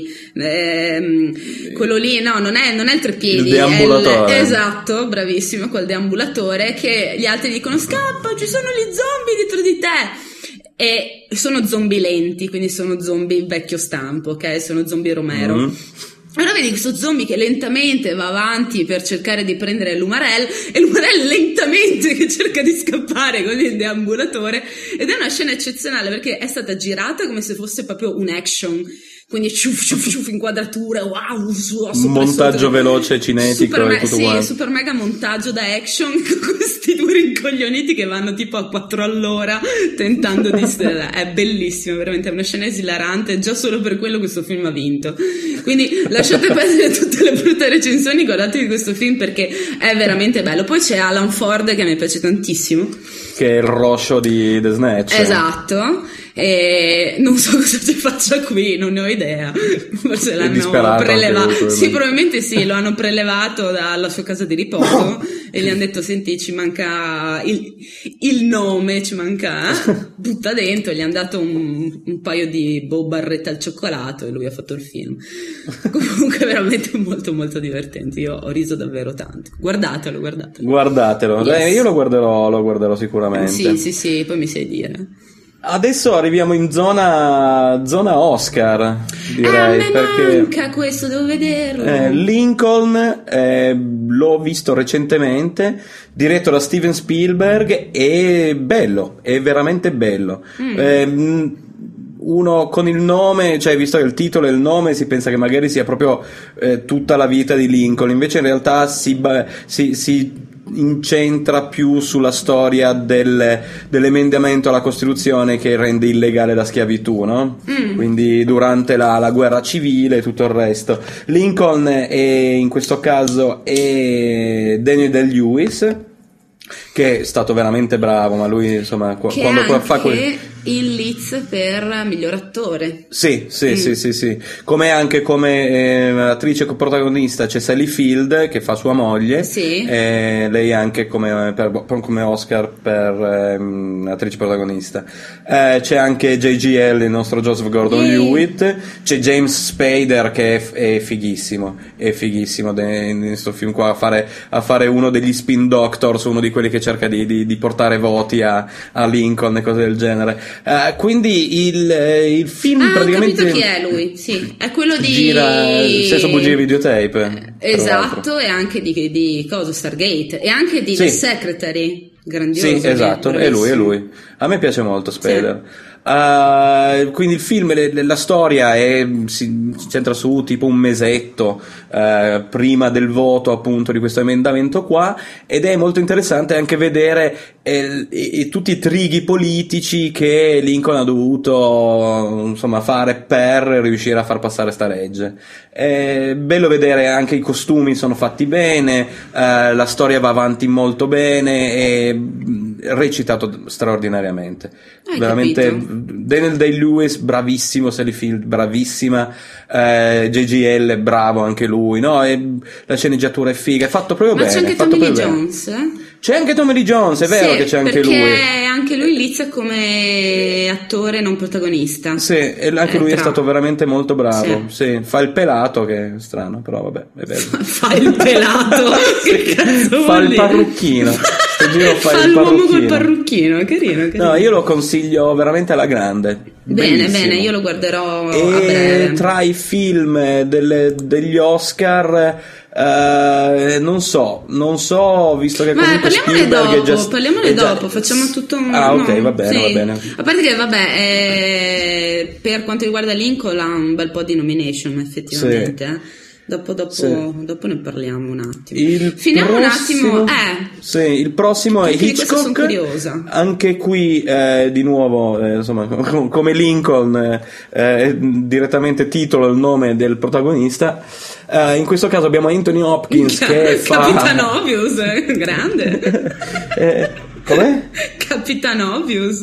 Speaker 3: ehm, quello lì, no, non è, non è il treppiedi,
Speaker 2: il deambulatore,
Speaker 3: è il, esatto, bravissimo, quel deambulatore, che gli altri dicono scappa, ci sono gli zombie dietro di te. E sono zombie lenti, quindi sono zombie vecchio stampo, ok? Sono zombie Romero. Mm. Allora vedi questo zombie che lentamente va avanti per cercare di prendere l'umarell, e l'umarell lentamente che cerca di scappare con il deambulatore, ed è una scena eccezionale perché è stata girata come se fosse proprio un action. Quindi ciuf ciuf ciuf, inquadrature, wow, su,
Speaker 2: su, montaggio sotto, cinetico super
Speaker 3: me-
Speaker 2: e tutto
Speaker 3: sì,
Speaker 2: quanto.
Speaker 3: Super mega montaggio da action con questi due rincoglioniti che vanno tipo a quattro all'ora tentando di è bellissimo, veramente è una scena esilarante, già solo per quello questo film ha vinto. Quindi lasciate perdere tutte le brutte recensioni, guardatevi questo film perché è veramente bello. Poi c'è Alan Ford che mi piace tantissimo, che
Speaker 2: è il Roscio di The Snatch.
Speaker 3: Esatto. E non so cosa ci faccia qui, non ne ho idea. Forse l'hanno prelevato. Sì, probabilmente sì, lo hanno prelevato dalla sua casa di riposo e gli hanno detto: senti, ci manca il, il nome, ci manca, butta dentro. Gli hanno dato un, un paio di boh, barrette al cioccolato e lui ha fatto il film. Comunque veramente molto molto divertente. Io ho riso davvero tanto. Guardatelo, guardatelo.
Speaker 2: Guardatelo. Yes. Eh, io lo guarderò, lo guarderò sicuramente.
Speaker 3: Sì, sì, sì, poi mi sai dire.
Speaker 2: Adesso arriviamo in zona zona Oscar, direi.
Speaker 3: Ah, me
Speaker 2: perché
Speaker 3: manca questo, devo vederlo.
Speaker 2: Eh, Lincoln, eh, l'ho visto recentemente, diretto da Steven Spielberg, è bello, è veramente bello. Mm. Eh, uno con il nome, cioè visto che il titolo e il nome si pensa che magari sia proprio eh, tutta la vita di Lincoln, invece in realtà si, si, si incentra più sulla storia del, dell'emendamento alla Costituzione che rende illegale la schiavitù, no? Mm. Quindi durante la, la guerra civile e tutto il resto. Lincoln è, in questo caso è Daniel Day-Lewis, che è stato veramente bravo, ma lui insomma
Speaker 3: che
Speaker 2: quando
Speaker 3: anche
Speaker 2: fa quel...
Speaker 3: il Liz per miglior attore.
Speaker 2: Sì, sì, mm. sì, sì, sì. Come anche come eh, attrice protagonista c'è Sally Field che fa sua moglie. Sì. Eh, lei anche come, per, come Oscar per eh, attrice protagonista. Eh, c'è anche J G L, il nostro Joseph Gordon-Levitt. C'è James Spader che è, è fighissimo, è fighissimo de, in questo film qua a fare, a fare uno degli spin doctors, uno di quelli che cerca di, di, di portare voti a, a Lincoln e cose del genere. Uh, quindi il, il film
Speaker 3: ah,
Speaker 2: praticamente.
Speaker 3: Ho capito chi è lui, sì, è quello di.
Speaker 2: Gira Sesso, bugie e videotape.
Speaker 3: Eh, esatto, e anche di, di cosa, Stargate, e anche di sì. The Secretary. Grandioso.
Speaker 2: Sì, esatto, è lui, è lui. A me piace molto Spader. Sì. Uh, quindi il film, le, le, la storia è, si, si centra su tipo un mesetto uh, prima del voto appunto di questo emendamento qua, ed è molto interessante anche vedere eh, e, tutti i trighi politici che Lincoln ha dovuto insomma fare per riuscire a far passare sta legge. È bello vedere anche i costumi sono fatti bene, uh, la storia va avanti molto bene e recitato straordinariamente.
Speaker 3: Hai
Speaker 2: veramente
Speaker 3: capito?
Speaker 2: Daniel Day-Lewis bravissimo, Sally Field bravissima, eh, J G L bravo anche lui, no? E la sceneggiatura è figa, è fatto proprio
Speaker 3: ma
Speaker 2: bene.
Speaker 3: Ma c'è anche
Speaker 2: fatto
Speaker 3: Tommy Lee Jones?
Speaker 2: C'è anche Tommy Lee Jones, è vero
Speaker 3: sì,
Speaker 2: che c'è anche
Speaker 3: perché
Speaker 2: lui.
Speaker 3: Perché anche lui inizia come attore non protagonista.
Speaker 2: Sì, e anche
Speaker 3: eh,
Speaker 2: lui
Speaker 3: tra...
Speaker 2: è stato veramente molto bravo.
Speaker 3: Sì.
Speaker 2: Sì, fa il pelato, che è strano, però vabbè, è vero.
Speaker 3: Fa il pelato, che
Speaker 2: sì,
Speaker 3: cazzo
Speaker 2: fa il
Speaker 3: dire?
Speaker 2: parrucchino. Giro fa,
Speaker 3: fa
Speaker 2: il
Speaker 3: l'uomo
Speaker 2: parrucchino.
Speaker 3: col parrucchino, carino, carino.
Speaker 2: No, io lo consiglio veramente alla grande.
Speaker 3: Bene,
Speaker 2: Bellissimo.
Speaker 3: bene, io lo guarderò
Speaker 2: e
Speaker 3: a breve.
Speaker 2: Tra i film delle, degli Oscar, eh, non so, non so, visto che
Speaker 3: Ma
Speaker 2: comunque
Speaker 3: parliamone
Speaker 2: Spielberg
Speaker 3: dopo,
Speaker 2: è già,
Speaker 3: parliamone
Speaker 2: è già,
Speaker 3: dopo, facciamo tutto un...
Speaker 2: Ah, ok,
Speaker 3: no,
Speaker 2: va bene,
Speaker 3: sì.
Speaker 2: va bene.
Speaker 3: A parte che, vabbè, eh, per quanto riguarda Lincoln ha un bel po' di nomination, effettivamente,
Speaker 2: Sì.
Speaker 3: eh. Dopo, dopo,
Speaker 2: Sì.
Speaker 3: dopo ne parliamo un attimo.
Speaker 2: Il
Speaker 3: Finiamo
Speaker 2: prossimo,
Speaker 3: un attimo. Eh.
Speaker 2: Sì, il prossimo è
Speaker 3: Anche di questo sono
Speaker 2: Hitchcock.
Speaker 3: curiosa.
Speaker 2: Anche qui, eh, di nuovo, eh, insomma, come Lincoln, eh, direttamente titolo il nome del protagonista. Eh, in questo caso abbiamo Anthony Hopkins che fa
Speaker 3: Capitan Obvious, eh, grande.
Speaker 2: eh, Com'è?
Speaker 3: Capitan Obvious.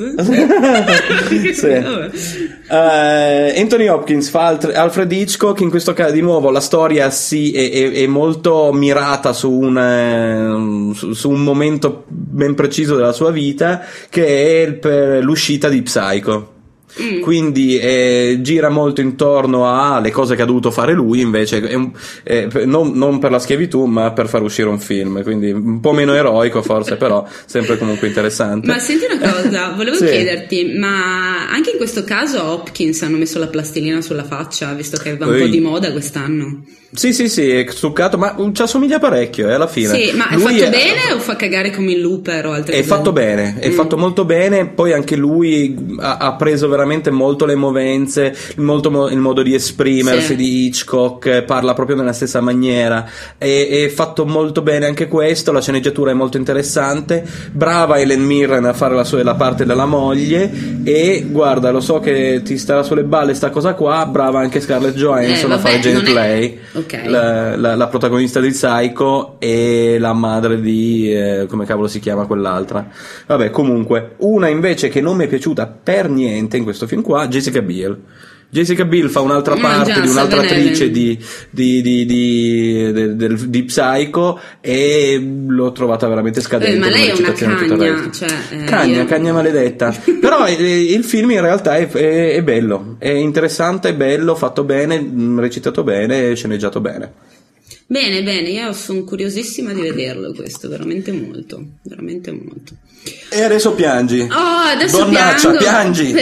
Speaker 2: Sì. uh, Anthony Hopkins fa Alt- Alfred Hitchcock. In questo caso di nuovo la storia sì, è, è, è molto mirata su un, su, su un momento ben preciso della sua vita, che è per l'uscita di Psycho. Mm. Quindi eh, gira molto intorno alle cose che ha dovuto fare lui, invece è un, eh, non, non per la schiavitù, ma per far uscire un film, quindi un po' meno eroico forse, però sempre comunque interessante.
Speaker 3: Ma senti una cosa, volevo
Speaker 2: sì.
Speaker 3: chiederti, ma anche in questo caso a Hopkins hanno messo la plastilina sulla faccia, visto che va un
Speaker 2: Ehi.
Speaker 3: po' di moda quest'anno?
Speaker 2: Sì, sì, sì, è succato, ma ci assomiglia parecchio, eh, alla fine.
Speaker 3: Sì, ma è
Speaker 2: lui
Speaker 3: fatto
Speaker 2: è...
Speaker 3: bene o fa cagare come il Looper o altre
Speaker 2: è
Speaker 3: cose?
Speaker 2: fatto bene, è mm. fatto molto bene. Poi anche lui ha, ha preso veramente molto le movenze, molto il modo di esprimersi sì. di Hitchcock, parla proprio nella stessa maniera. È, è fatto molto bene anche questo. La sceneggiatura è molto interessante. Brava Helen Mirren a fare la sua la parte della moglie. E guarda, lo so che ti starà sulle balle sta cosa qua. Brava anche Scarlett Johansson
Speaker 3: eh, vabbè,
Speaker 2: a fare Janet Leigh,
Speaker 3: okay.
Speaker 2: la, la, la protagonista di Psycho, e la madre di eh, come cavolo si chiama quell'altra. Vabbè, comunque una invece che non mi è piaciuta per niente in questo film qua, Jessica Biel. Jessica Biel fa un'altra parte di un'altra attrice di, di, di, di, di, di, di Psycho, e l'ho trovata veramente scadente.
Speaker 3: Eh, ma lei è una
Speaker 2: cagna,
Speaker 3: cioè, eh,
Speaker 2: cagna,
Speaker 3: io...
Speaker 2: cagna maledetta. Però eh, il film in realtà è, è, è bello, è interessante, è bello, fatto bene, recitato bene, sceneggiato bene.
Speaker 3: Bene, bene, io sono curiosissima di vederlo questo, veramente molto, veramente molto.
Speaker 2: E adesso piangi.
Speaker 3: Oh, adesso
Speaker 2: Donnaccia,
Speaker 3: piango
Speaker 2: piangi.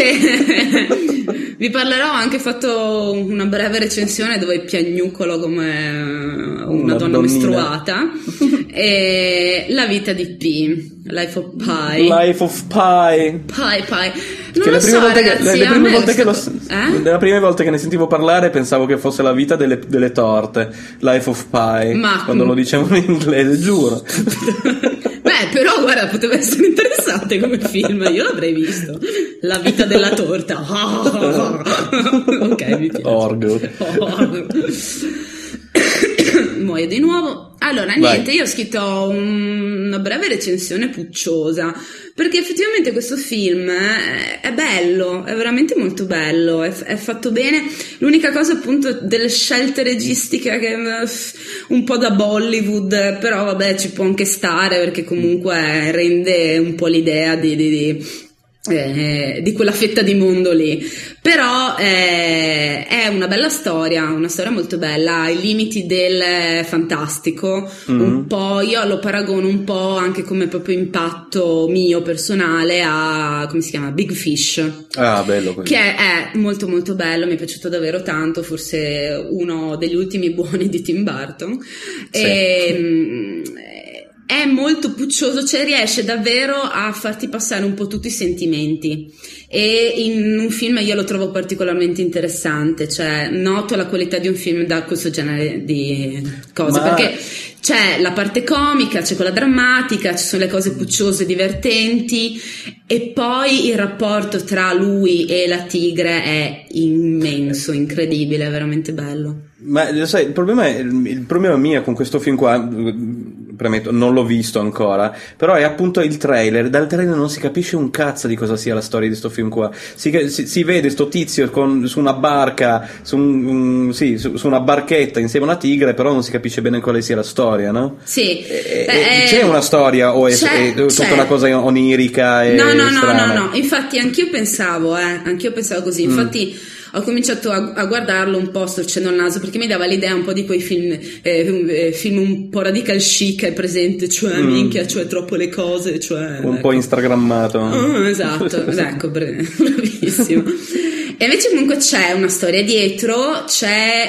Speaker 3: Perché vi parlerò, ho anche fatto una breve recensione dove piagnucolo come una, una donna donnina. mestruata. E La vita di Pi, Life of Pi.
Speaker 2: Life of Pi.
Speaker 3: Pi, Pi. Non
Speaker 2: che
Speaker 3: lo
Speaker 2: le prime
Speaker 3: so,
Speaker 2: volte
Speaker 3: ragazzi,
Speaker 2: che, le, le prime volte che lo,
Speaker 3: eh?
Speaker 2: le prime volte che ne sentivo parlare pensavo che fosse la vita delle, delle torte, Life of Pi. Ma quando lo dicevano in inglese, giuro.
Speaker 3: Beh, però guarda, poteva essere interessante come film, io l'avrei visto. La vita della torta. Ok, mi piace.
Speaker 2: Orgo.
Speaker 3: Orgo. Muoio di nuovo. Allora, niente,
Speaker 2: Vai.
Speaker 3: io ho scritto un, una breve recensione pucciosa, perché effettivamente questo film è, è bello, è veramente molto bello, è, è fatto bene. L'unica cosa appunto delle scelte registiche che un po' da Bollywood, però vabbè, ci può anche stare, perché comunque rende un po' l'idea di, di, di Eh, di quella fetta di mondo lì, però eh, è una bella storia, una storia molto bella, ai limiti del fantastico, mm-hmm. un po', io lo paragono un po' anche come proprio impatto mio personale a, come si chiama, Big Fish,
Speaker 2: ah, bello così.
Speaker 3: Che è, è molto molto bello, mi è piaciuto davvero tanto, forse uno degli ultimi buoni di Tim Burton. Sì. E, è molto puccioso, cioè riesce davvero a farti passare un po' tutti i sentimenti, e in un film io lo trovo particolarmente interessante, cioè noto la qualità di un film da questo genere di cose. Ma... perché c'è la parte comica, c'è quella drammatica, ci sono le cose pucciose divertenti, e poi il rapporto tra lui e la tigre è immenso, incredibile, è veramente bello.
Speaker 2: Ma sai, il problema è il problema mio con questo film qua, premetto, non l'ho visto ancora, però è appunto il trailer. Dal trailer non si capisce un cazzo di cosa sia la storia di sto film qua. Si, si, si vede sto tizio con, su una barca, su, un, un, sì, su, su una barchetta insieme a una tigre, però non si capisce bene quale sia la storia, no?
Speaker 3: Sì.
Speaker 2: E,
Speaker 3: Beh,
Speaker 2: e c'è una storia o è,
Speaker 3: c'è,
Speaker 2: è tutta
Speaker 3: c'è.
Speaker 2: una cosa onirica e
Speaker 3: no, no,
Speaker 2: strana?
Speaker 3: no, no, no, infatti anch'io pensavo, eh, anch'io pensavo così, infatti mm. ho cominciato a, a guardarlo un po' storcendo il naso, perché mi dava l'idea un po' di quei film eh, film un po' radical chic al presente, cioè mm. minchia, cioè troppo le cose, cioè
Speaker 2: un
Speaker 3: ecco.
Speaker 2: po' instagrammato.
Speaker 3: Oh, esatto, ecco, bravissimo. E invece comunque c'è una storia dietro, c'è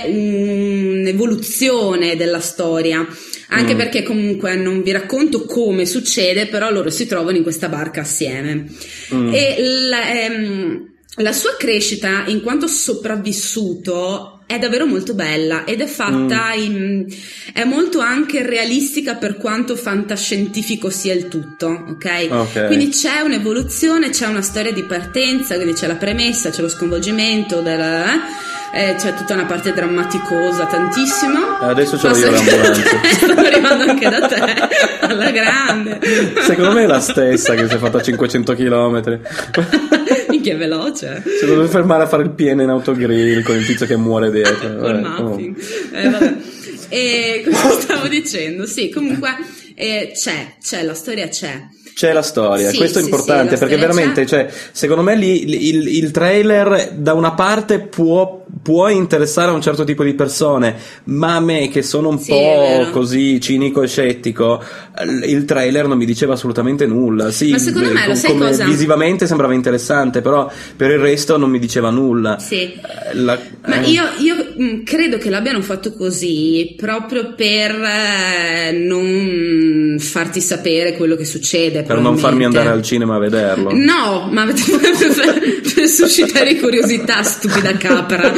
Speaker 3: un'evoluzione della storia, anche mm. perché comunque non vi racconto come succede, però loro si trovano in questa barca assieme mm. e la, ehm, la sua crescita in quanto sopravvissuto è davvero molto bella ed è fatta mm. in, è molto anche realistica per quanto fantascientifico sia il tutto, ok?
Speaker 2: okay.
Speaker 3: Quindi c'è un'evoluzione, c'è una storia di partenza, quindi c'è la premessa, c'è lo sconvolgimento della, eh? Eh, c'è tutta una parte drammaticosa, tantissimo.
Speaker 2: Adesso ce l'ho io l'ambulanza.
Speaker 3: Sto arrivando anche da te, alla grande.
Speaker 2: Secondo me è la stessa che si è fatta cinquecento chilometri.
Speaker 3: Minchia, è veloce.
Speaker 2: Si deve fermare a fare il pieno in autogrill con il tizio che muore dietro.
Speaker 3: Col muffin. Eh, vabbè. E cosa stavo dicendo? Sì, comunque eh, c'è, c'è, la storia c'è.
Speaker 2: C'è la storia,
Speaker 3: sì,
Speaker 2: questo
Speaker 3: sì,
Speaker 2: è importante
Speaker 3: sì,
Speaker 2: perché veramente,
Speaker 3: c'è.
Speaker 2: cioè, secondo me lì il, il trailer da una parte può, può interessare a un certo tipo di persone, ma a me che sono un
Speaker 3: sì,
Speaker 2: po' così cinico e scettico, il trailer non mi diceva assolutamente nulla. Sì,
Speaker 3: ma secondo me,
Speaker 2: com-
Speaker 3: lo sai
Speaker 2: come
Speaker 3: cosa?
Speaker 2: Visivamente sembrava interessante, però per il resto non mi diceva nulla.
Speaker 3: Sì.
Speaker 2: La,
Speaker 3: ma
Speaker 2: eh.
Speaker 3: io, io mh, credo che l'abbiano fatto così proprio per eh, non farti sapere quello che succede.
Speaker 2: Per non farmi andare al cinema a vederlo.
Speaker 3: No, ma per, per, per suscitare curiosità, stupida capra.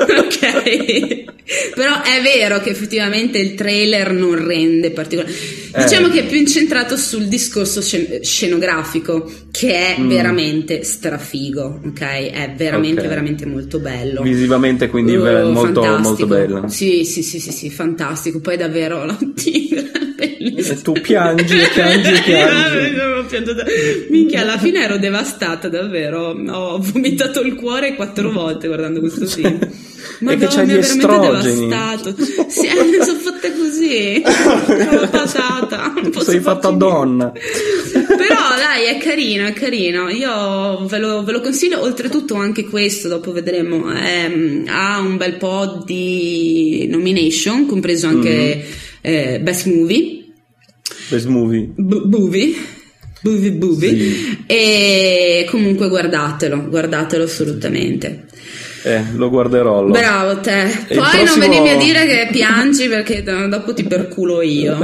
Speaker 3: Ok. Però è vero che effettivamente il trailer non rende particolare. Diciamo
Speaker 2: eh.
Speaker 3: che è più incentrato sul discorso scen- scenografico, che è mm. veramente strafigo, ok? È veramente
Speaker 2: okay.
Speaker 3: veramente molto bello.
Speaker 2: Visivamente quindi uh, molto
Speaker 3: fantastico.
Speaker 2: molto bello.
Speaker 3: Sì, sì, sì, sì, sì, fantastico. Poi davvero la tigre bellissima.
Speaker 2: E tu piangi, piangi, piangi.
Speaker 3: Minchia, alla fine ero devastata, davvero. Ho vomitato il cuore quattro volte guardando questo film.
Speaker 2: E che c'hai gli estrogeni.
Speaker 3: Devastato. Sì, eh, sono fatta così. Sono patata.
Speaker 2: Sei fatta donna.
Speaker 3: Però dai, è carino, è carino. Io ve lo, ve lo consiglio. Oltretutto anche questo, dopo vedremo, è, ha un bel po' di nomination, compreso anche mm. eh, Best Movie.
Speaker 2: Best Movie.
Speaker 3: B- movie. Movie, movie. Sì. E comunque guardatelo, guardatelo assolutamente.
Speaker 2: Eh, lo guarderò. Lo.
Speaker 3: Bravo te.
Speaker 2: E
Speaker 3: poi
Speaker 2: prossimo...
Speaker 3: non venirmi a dire che piangi perché dopo ti perculo io.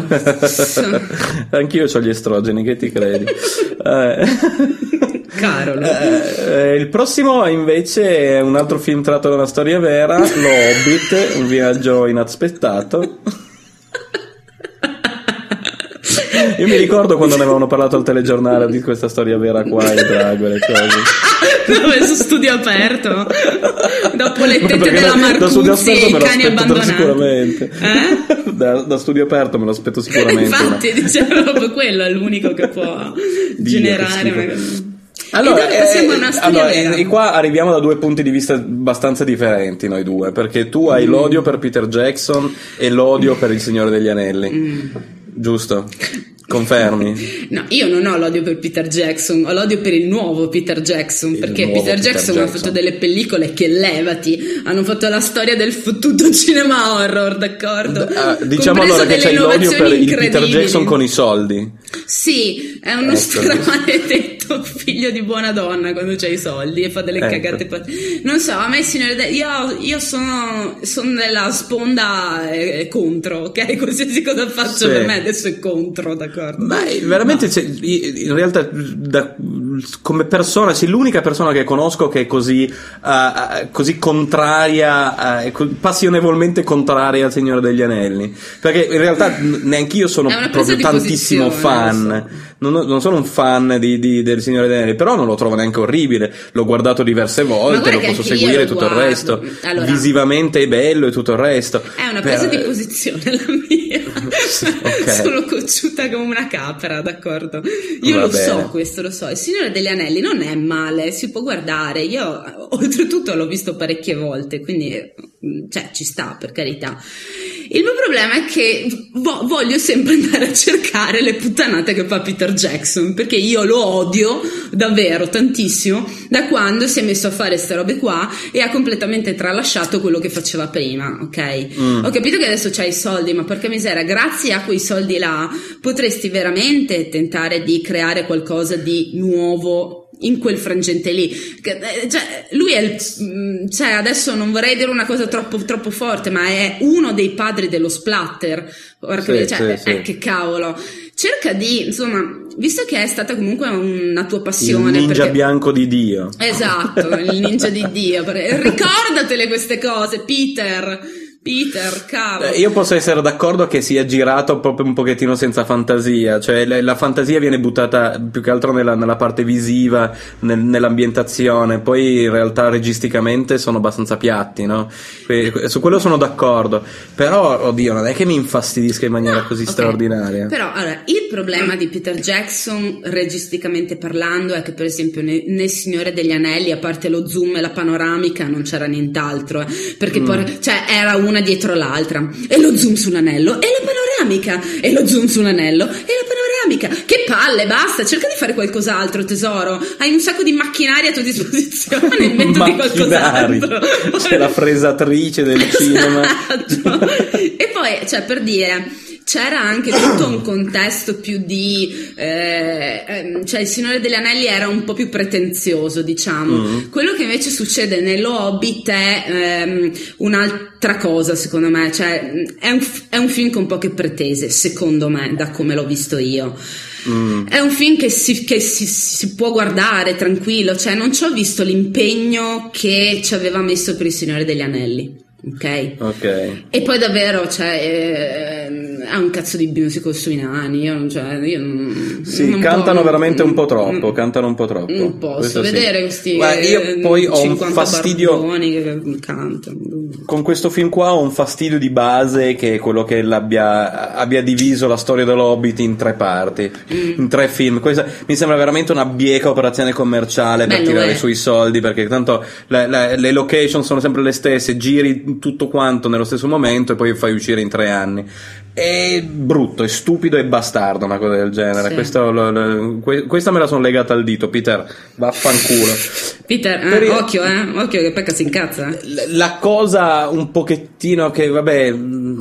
Speaker 2: Anch'io ho gli estrogeni, che ti credi? eh.
Speaker 3: Carolo.
Speaker 2: Eh, il prossimo invece è un altro film tratto da una storia vera, Lo Hobbit, un viaggio inaspettato. Io mi ricordo quando ne avevano parlato al telegiornale di questa storia vera qua, il drago e le cose.
Speaker 3: Dove su Studio Aperto? Dopo le tette della Marcuzzi e i cani abbandonati.
Speaker 2: Sicuramente.
Speaker 3: Eh?
Speaker 2: Da, da Studio Aperto me lo aspetto sicuramente.
Speaker 3: Infatti, dicevo proprio quello è l'unico che può Dio, generare
Speaker 2: che
Speaker 3: una...
Speaker 2: Allora,
Speaker 3: eh,
Speaker 2: una allora e qua arriviamo da due punti di vista abbastanza differenti noi due, perché tu hai mm. l'odio per Peter Jackson e l'odio per Il Signore degli Anelli, mm. giusto? Confermi?
Speaker 3: No, io non ho l'odio per Peter Jackson, ho l'odio per il nuovo Peter Jackson, il perché Peter, Peter Jackson, Jackson ha fatto delle pellicole che levati, hanno fatto la storia del fottuto cinema horror, d'accordo?
Speaker 2: Uh, diciamo allora che c'è l'odio per il Peter Jackson con i soldi.
Speaker 3: Sì, è uno ecco. stramaledetto figlio di buona donna quando c'hai i soldi e fa delle ecco. cagate. Non so, a me signore, io, io sono, sono nella sponda eh, contro, ok? Qualsiasi cosa faccio sì. per me adesso è contro, d'accordo?
Speaker 2: Ma veramente no. in realtà da, come persona, sì, l'unica persona che conosco che è così uh, così contraria, uh, passionevolmente contraria al Signore degli Anelli, perché in realtà neanche io sono proprio tantissimo fan, non, non sono un fan di, di, del Signore degli Anelli, però non lo trovo neanche orribile, l'ho guardato diverse volte, lo posso seguire, tutto il resto, allora, visivamente è bello e tutto il resto.
Speaker 3: È una presa per... di posizione la mia.
Speaker 2: Sì, okay.
Speaker 3: Sono cocciuta come una capra, d'accordo? Io
Speaker 2: Va
Speaker 3: lo
Speaker 2: bene.
Speaker 3: so, questo lo so. Il Signore degli Anelli non è male, si può guardare. Io oltretutto l'ho visto parecchie volte, quindi cioè ci sta, per carità. Il mio problema è che vo- voglio sempre andare a cercare le puttanate che fa Peter Jackson, perché io lo odio davvero tantissimo da quando si è messo a fare ste robe qua e ha completamente tralasciato quello che faceva prima, ok? Mm. Ho capito che adesso c'hai i soldi, ma porca miseria, grazie a quei soldi là potresti veramente tentare di creare qualcosa di nuovo in quel frangente lì. Cioè, lui è il, cioè adesso non vorrei dire una cosa troppo troppo forte, ma è uno dei padri dello splatter. Sì, cioè, sì, sì. Eh, che cavolo, cerca di, insomma, visto che è stata comunque una tua passione,
Speaker 2: il ninja
Speaker 3: perché...
Speaker 2: bianco di Dio,
Speaker 3: esatto, il ninja di Dio, ricordatele queste cose, Peter Peter, cavolo.
Speaker 2: Io posso essere d'accordo che sia girato proprio un pochettino senza fantasia, cioè la, la fantasia viene buttata più che altro nella, nella parte visiva, nel, nell'ambientazione, poi in realtà registicamente sono abbastanza piatti, no? Su quello sono d'accordo, però oddio, non è che mi infastidisca in maniera no, così okay. straordinaria.
Speaker 3: Però allora, il problema di Peter Jackson registicamente parlando è che per esempio nel, nel Signore degli Anelli, a parte lo zoom e la panoramica, non c'era nient'altro, eh, perché mm. poi cioè era una dietro l'altra e lo zoom sull'anello e la panoramica e lo zoom sull'anello e la panoramica. Che palle, basta, cerca di fare qualcos'altro, tesoro, hai un sacco di macchinari a tua disposizione, inventati qualcos'altro.
Speaker 2: C'è la fresatrice del
Speaker 3: esatto.
Speaker 2: cinema.
Speaker 3: E poi, cioè, per dire, c'era anche tutto un contesto più di eh, ehm, cioè il Signore degli Anelli era un po' più pretenzioso, diciamo. Mm-hmm. Quello che invece succede nello Hobbit è ehm, un'altra cosa, secondo me, cioè è un, è un film con poche pretese, secondo me, da come l'ho visto io. Mm. È un film che, si, che si, si può guardare tranquillo, cioè non ci ho visto l'impegno che ci aveva messo per il Signore degli Anelli. Ok,
Speaker 2: ok.
Speaker 3: E poi davvero, cioè, eh, ha un cazzo di musical sui nani. Io, cioè, io non,
Speaker 2: sì,
Speaker 3: non
Speaker 2: cantano
Speaker 3: po',
Speaker 2: veramente
Speaker 3: non,
Speaker 2: un po' troppo.
Speaker 3: Non,
Speaker 2: cantano un po' troppo.
Speaker 3: Non posso
Speaker 2: questo
Speaker 3: vedere
Speaker 2: sì.
Speaker 3: questi.
Speaker 2: Guarda, io poi ho un fastidio
Speaker 3: che cantano.
Speaker 2: Con questo film qua ho un fastidio di base, che è quello che l'abbia abbia diviso la storia dell'Hobbit in tre parti, mm. in tre film. Questa mi sembra veramente una bieca operazione commerciale per Bello tirare è. sui soldi, perché tanto le, le, le location sono sempre le stesse, giri tutto quanto nello stesso momento e poi fai uscire in tre anni. È brutto, è stupido e bastardo una cosa del genere. Sì. Questo, lo, lo, que, questa me la sono legata al dito. Peter, vaffanculo.
Speaker 3: Peter, eh, il, occhio eh occhio che pecca si incazza.
Speaker 2: La, la cosa un pochettino che vabbè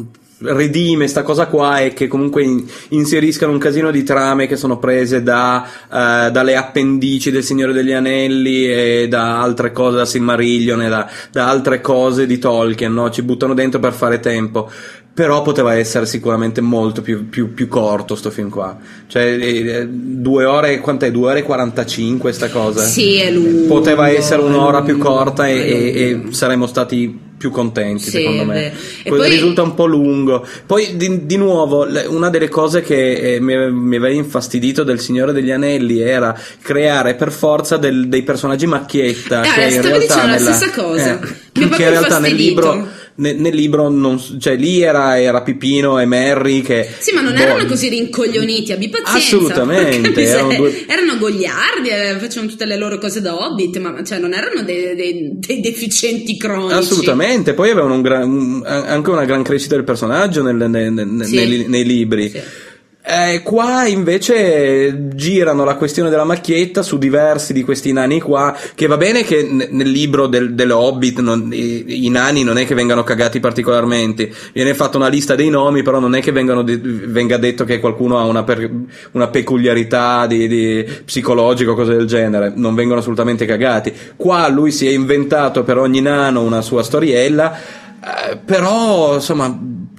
Speaker 2: redime sta cosa qua è che comunque in, inseriscano un casino di trame che sono prese da uh, dalle appendici del Signore degli Anelli e da altre cose, da Silmarillion e da, da altre cose di Tolkien, no? Ci buttano dentro per fare tempo. Però poteva essere sicuramente molto più, più, più corto sto film qua, cioè eh, due ore, quant'è? due ore e quarantacinque sta cosa?
Speaker 3: Sì, è lungo.
Speaker 2: Poteva essere un'ora più corta e, e, e saremmo stati più contenti, sì, secondo me. E poi risulta un po' lungo. Poi di, di nuovo una delle cose che eh, mi, mi aveva infastidito del Signore degli Anelli era creare per forza del, dei personaggi macchietta,
Speaker 3: eh,
Speaker 2: che in
Speaker 3: stavo
Speaker 2: realtà
Speaker 3: dicendo
Speaker 2: nella,
Speaker 3: la stessa cosa,
Speaker 2: eh,
Speaker 3: mi
Speaker 2: che in realtà nel libro Nel, nel libro non, cioè lì era, era Pipino e Merry che
Speaker 3: sì, ma non boh, erano così rincoglioniti, abbi pazienza,
Speaker 2: assolutamente erano, due...
Speaker 3: erano gogliardi, eh, facevano tutte le loro cose da Hobbit, ma cioè non erano dei, dei, dei deficienti cronici,
Speaker 2: assolutamente. Poi avevano un gran, un, anche una gran crescita del personaggio nel, nel, nel, sì. nei, nei libri, sì. Eh, qua invece girano la questione della macchietta su diversi di questi nani qua, che va bene che n- nel libro del, del Hobbit non, i, i nani non è che vengano cagati particolarmente, viene fatta una lista dei nomi, però non è che vengano de- venga detto che qualcuno ha una, per- una peculiarità di, di psicologica o cose del genere, non vengono assolutamente cagati. Qua lui si è inventato per ogni nano una sua storiella. Uh, però insomma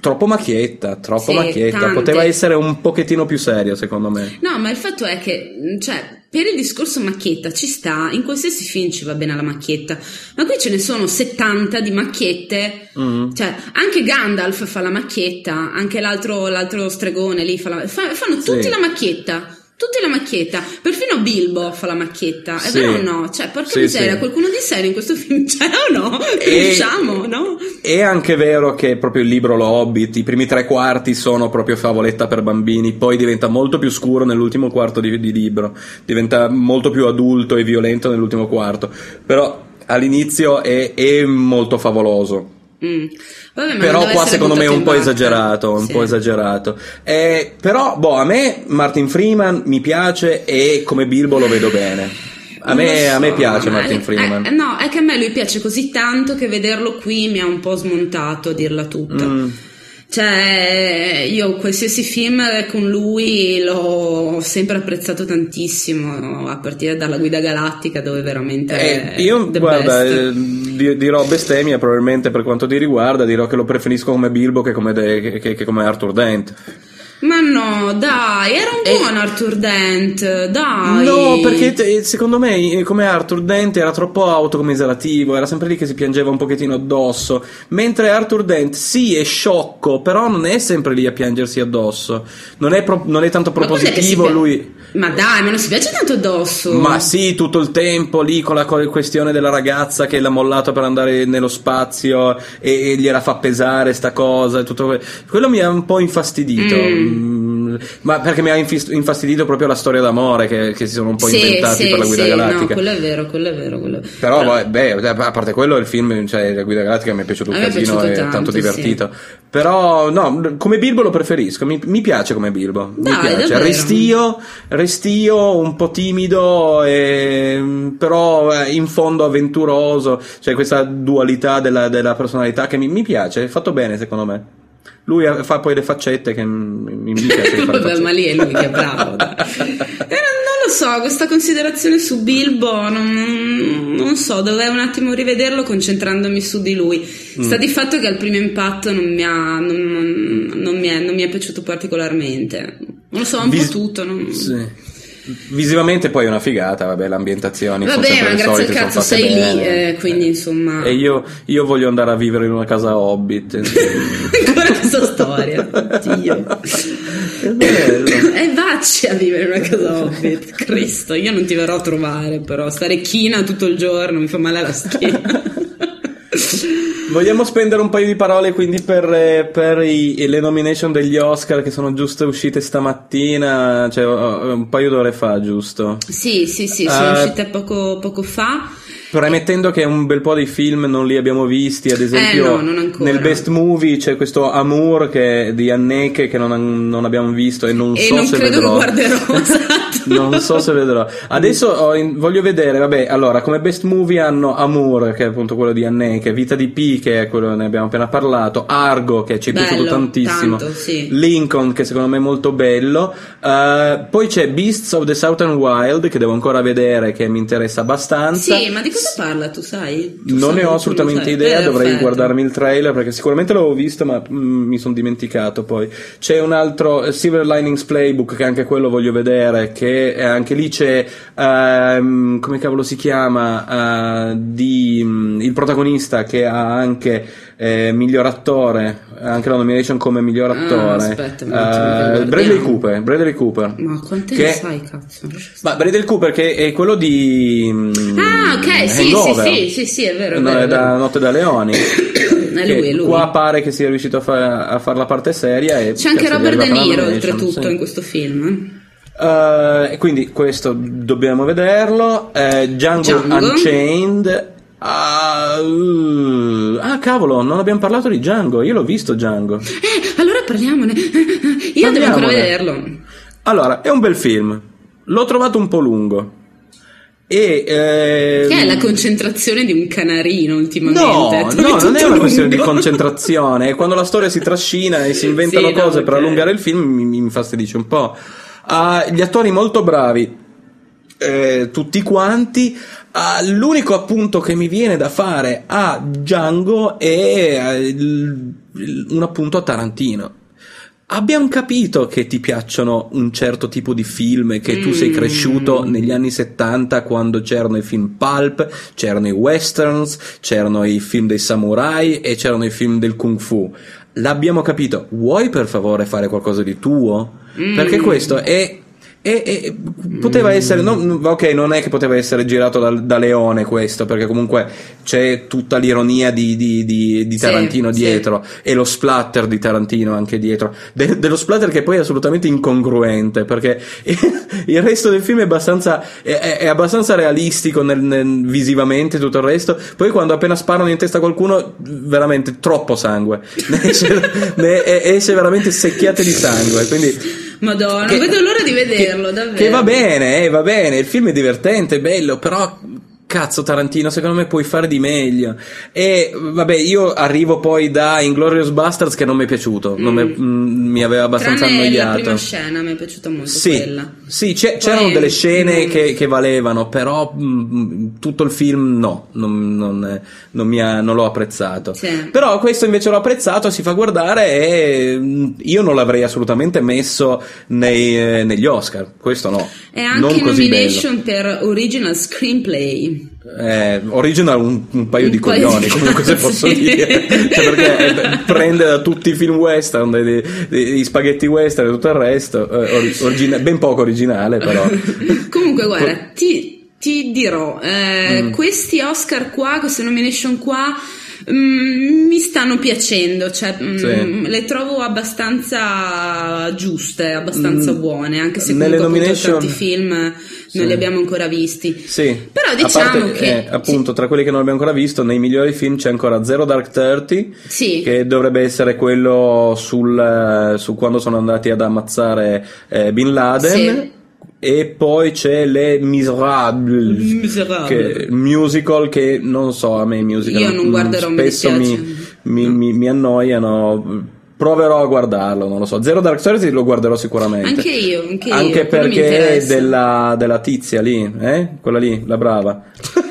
Speaker 2: troppo macchietta, troppo
Speaker 3: Sì,
Speaker 2: macchietta,
Speaker 3: tante.
Speaker 2: poteva essere un pochettino più serio secondo me.
Speaker 3: No, ma il fatto è che, cioè, per il discorso macchietta ci sta, in qualsiasi film ci va bene la macchietta, ma qui ce ne sono settanta di macchiette, mm. cioè anche Gandalf fa la macchietta, anche l'altro, l'altro stregone lì fa la, fa, fanno tutti
Speaker 2: sì.
Speaker 3: la macchietta. Tutti la macchietta, perfino Bilbo fa la macchietta, è
Speaker 2: sì.
Speaker 3: vero o no? Cioè, porca
Speaker 2: sì,
Speaker 3: miseria,
Speaker 2: sì.
Speaker 3: qualcuno di serio in questo film c'è o no?
Speaker 2: E,
Speaker 3: diciamo, no?
Speaker 2: È anche vero che proprio il libro Lo Hobbit, i primi tre quarti sono proprio favoletta per bambini, poi diventa molto più scuro nell'ultimo quarto di, di libro, diventa molto più adulto e violento nell'ultimo quarto, però all'inizio è, è molto favoloso.
Speaker 3: Mm. Vabbè, ma
Speaker 2: però qua secondo me è un po' esagerato, un
Speaker 3: sì.
Speaker 2: po' esagerato. Eh, però boh, a me Martin Freeman mi piace e come Bilbo lo vedo bene. A me,
Speaker 3: so,
Speaker 2: a me piace
Speaker 3: ma
Speaker 2: Martin
Speaker 3: è,
Speaker 2: Freeman.
Speaker 3: È, no, è che a me lui piace così tanto che vederlo qui mi ha un po' smontato, a dirla tutta. Mm. Cioè, io qualsiasi film con lui l'ho sempre apprezzato tantissimo, a partire dalla Guida Galattica, dove veramente
Speaker 2: eh, io
Speaker 3: the
Speaker 2: guarda
Speaker 3: best.
Speaker 2: Eh, dirò bestemmia probabilmente per quanto ti riguarda, dirò che lo preferisco come Bilbo che come, de, che, che come Arthur Dent.
Speaker 3: Ma no, dai, era un buon eh, Arthur Dent, dai.
Speaker 2: No, perché te, secondo me come Arthur Dent era troppo autocommiserativo, era sempre lì che si piangeva un pochettino addosso, mentre Arthur Dent sì è sciocco, però non è sempre lì a piangersi addosso, non è, pro, non è tanto propositivo
Speaker 3: ma
Speaker 2: lui.
Speaker 3: Ma dai, ma non si piace tanto addosso.
Speaker 2: Ma sì, tutto il tempo lì con la questione della ragazza che l'ha mollato per andare nello spazio e, e gliela fa pesare sta cosa, tutto quello mi ha un po' infastidito. Mm. Ma perché mi ha infastidito proprio la storia d'amore che, che si sono un po'
Speaker 3: sì,
Speaker 2: inventati
Speaker 3: sì,
Speaker 2: per la Guida
Speaker 3: sì,
Speaker 2: Galattica.
Speaker 3: No, quello è vero, quello è vero. Quello...
Speaker 2: Però,
Speaker 3: Però...
Speaker 2: beh, a parte quello, il film, cioè la Guida Galattica mi è piaciuto un casino, è
Speaker 3: tanto,
Speaker 2: tanto divertito.
Speaker 3: Sì.
Speaker 2: Però, no, come Bilbo lo preferisco. Mi, mi piace come Bilbo.
Speaker 3: Dai,
Speaker 2: mi piace.
Speaker 3: davvero?
Speaker 2: Restio, restio, un po' timido, e, però in fondo avventuroso. Cioè questa dualità della, della personalità che mi, mi piace. È fatto bene, secondo me. Lui fa poi le faccette che mi, mi piace.
Speaker 3: Vabbè, ma lì è lui che è bravo. eh, non lo so, questa considerazione su Bilbo non, non so, dovrei un attimo rivederlo concentrandomi su di lui. Mm. Sta di fatto che al primo impatto non mi ha non, non, mi, è, non mi è piaciuto particolarmente. Non lo so, un Vis- po' tutto. Non...
Speaker 2: Sì. Visivamente poi è una figata, vabbè, le ambientazioni
Speaker 3: vabbè,
Speaker 2: sono sempre
Speaker 3: ma
Speaker 2: le
Speaker 3: grazie
Speaker 2: solite,
Speaker 3: al cazzo
Speaker 2: sono
Speaker 3: sei
Speaker 2: bene.
Speaker 3: lì, eh, quindi insomma.
Speaker 2: E io, io voglio andare a vivere in una casa Hobbit.
Speaker 3: Ancora questa storia, Dio.
Speaker 2: È bello.
Speaker 3: E vacci a vivere in una casa Hobbit, Cristo, io non ti verrò a trovare, però stare china tutto il giorno mi fa male alla schiena.
Speaker 2: Vogliamo spendere un paio di parole quindi per, per i, le nomination degli Oscar che sono giuste uscite stamattina, cioè un paio d'ore fa, giusto?
Speaker 3: Sì, sì, sì, sono
Speaker 2: uh,
Speaker 3: uscite poco, poco fa.
Speaker 2: Premettendo che un bel po' dei film non li abbiamo visti, ad esempio
Speaker 3: eh, no, non ancora.
Speaker 2: Nel Best Movie c'è questo Amour che, di Haneke che non, non abbiamo visto e non
Speaker 3: e
Speaker 2: so
Speaker 3: non
Speaker 2: se
Speaker 3: credo
Speaker 2: vedrò.
Speaker 3: Lo guarderò, esatto.
Speaker 2: Non so se vedrò. Adesso ho in, voglio vedere, vabbè, allora come Best Movie hanno Amour, che è appunto quello di Haneke, Vita di Pi, che è quello ne abbiamo appena parlato, Argo, che ci è
Speaker 3: bello,
Speaker 2: piaciuto tantissimo,
Speaker 3: tanto, sì.
Speaker 2: Lincoln, che secondo me è molto bello, uh, poi c'è Beasts of the Southern Wild, che devo ancora vedere, che mi interessa abbastanza.
Speaker 3: Sì, ma di cosa parla, tu sai? Tu
Speaker 2: non
Speaker 3: sai,
Speaker 2: ne ho assolutamente idea,
Speaker 3: eh,
Speaker 2: dovrei
Speaker 3: perfetto.
Speaker 2: guardarmi il trailer perché sicuramente l'avevo visto ma mm, mi sono dimenticato. Poi c'è un altro, uh, Silver Linings Playbook, che anche quello voglio vedere, che eh, anche lì c'è uh, come cavolo si chiama, uh, di, um, il protagonista che ha anche eh, miglior attore, anche la nomination come miglior attore,
Speaker 3: ah, aspetta,
Speaker 2: uh, Bradley Cooper Bradley Cooper
Speaker 3: ma quante
Speaker 2: che,
Speaker 3: ne sai, cazzo?
Speaker 2: ma Bradley Cooper che è quello di
Speaker 3: ah ok, sì,
Speaker 2: Hangover.
Speaker 3: sì sì sì sì è vero, è
Speaker 2: no,
Speaker 3: vero,
Speaker 2: è
Speaker 3: è
Speaker 2: da
Speaker 3: vero.
Speaker 2: Notte da Leoni.
Speaker 3: È lui, è lui.
Speaker 2: Qua pare che sia riuscito a, fa- a fare la parte seria e
Speaker 3: c'è anche Robert De Niro oltretutto
Speaker 2: sì.
Speaker 3: in questo film.
Speaker 2: Uh, e quindi questo dobbiamo vederlo. uh, Django,
Speaker 3: Django
Speaker 2: Unchained. Uh, uh, ah cavolo, non abbiamo parlato di Django. Io l'ho visto Django.
Speaker 3: Eh, allora parliamone. Io
Speaker 2: Parliamone.
Speaker 3: devo ancora vederlo.
Speaker 2: Allora, è un bel film. L'ho trovato un po' lungo. E, eh,
Speaker 3: che è la concentrazione di un canarino ultimamente?
Speaker 2: No, no, non è una
Speaker 3: lungo.
Speaker 2: questione di concentrazione. È quando la storia si trascina e si inventano
Speaker 3: sì,
Speaker 2: cose
Speaker 3: no,
Speaker 2: per
Speaker 3: okay.
Speaker 2: allungare il film, mi, mi infastidisce un po'. Uh, gli attori molto bravi. eh, tutti quanti. Uh, l'unico appunto che mi viene da fare a Django è uh, il, il, un appunto a Tarantino. Abbiamo capito che ti piacciono un certo tipo di film, che tu mm. sei cresciuto negli anni settanta quando c'erano i film pulp, c'erano i westerns, c'erano i film dei samurai e c'erano i film del kung fu. L'abbiamo capito. Vuoi per favore fare qualcosa di tuo? Mm. Perché questo è E, e poteva essere, no, ok, non è che poteva essere girato da, da Leone questo, perché comunque c'è tutta l'ironia di, di, di, di Tarantino sì, dietro sì. E lo splatter di Tarantino anche dietro, De, dello splatter che poi è assolutamente incongruente, perché il resto del film è abbastanza è, è abbastanza realistico nel, nel, visivamente, tutto il resto. Poi quando appena sparano in testa a qualcuno, veramente troppo sangue, ne esce, ne esce veramente secchiate di sangue, quindi
Speaker 3: Madonna, che, non vedo l'ora di vederlo, che, davvero.
Speaker 2: Che va bene, eh, va bene, il film è divertente, è bello, però cazzo Tarantino, secondo me puoi fare di meglio. E vabbè, io arrivo poi da Inglourious Basterds, che non mi è piaciuto, mm. non mi, mh, mi aveva abbastanza
Speaker 3: Tranne
Speaker 2: annoiato.
Speaker 3: La prima scena mi è piaciuta molto,
Speaker 2: sì,
Speaker 3: quella.
Speaker 2: Sì, c'è, c'erano delle scene mm. che, che valevano, però mh, tutto il film no, non, non, non, mi ha, non l'ho apprezzato.
Speaker 3: Sì.
Speaker 2: Però questo invece l'ho apprezzato, si fa guardare e mh, io non l'avrei assolutamente messo nei, eh, negli Oscar, questo no.
Speaker 3: E anche
Speaker 2: non
Speaker 3: in
Speaker 2: così
Speaker 3: nomination
Speaker 2: bello.
Speaker 3: Per Original Screenplay.
Speaker 2: Eh, original un, un paio
Speaker 3: un
Speaker 2: di
Speaker 3: paio
Speaker 2: coglioni
Speaker 3: di
Speaker 2: comunque se posso
Speaker 3: sì.
Speaker 2: dire, cioè, perché eh, prende da tutti i film western, dei, dei, dei spaghetti western e tutto il resto, eh, origina- ben poco originale però.
Speaker 3: Comunque guarda, ti, ti dirò eh, mm. questi Oscar qua, queste nomination qua Mm, mi stanno piacendo, cioè mm, sì. le trovo abbastanza giuste, abbastanza mm, buone, anche se comunque nomination... tanti film sì. non li abbiamo ancora visti.
Speaker 2: Sì.
Speaker 3: Però diciamo
Speaker 2: parte,
Speaker 3: che
Speaker 2: eh, appunto sì. tra quelli che non abbiamo ancora visto, nei migliori film c'è ancora Zero Dark Thirty,
Speaker 3: sì.
Speaker 2: che dovrebbe essere quello sul su quando sono andati ad ammazzare eh, Bin Laden.
Speaker 3: Sì.
Speaker 2: E poi c'è Les Miserables,
Speaker 3: Miserable.
Speaker 2: che musical che non so, a me i musical
Speaker 3: io non guarderò,
Speaker 2: spesso mi, mi,
Speaker 3: no.
Speaker 2: mi, mi annoiano. Proverò a guardarlo, non lo so. Zero Dark Thirty lo guarderò sicuramente.
Speaker 3: Anche io, anche,
Speaker 2: anche
Speaker 3: io.
Speaker 2: perché è della, della tizia lì, eh? Quella lì, la brava.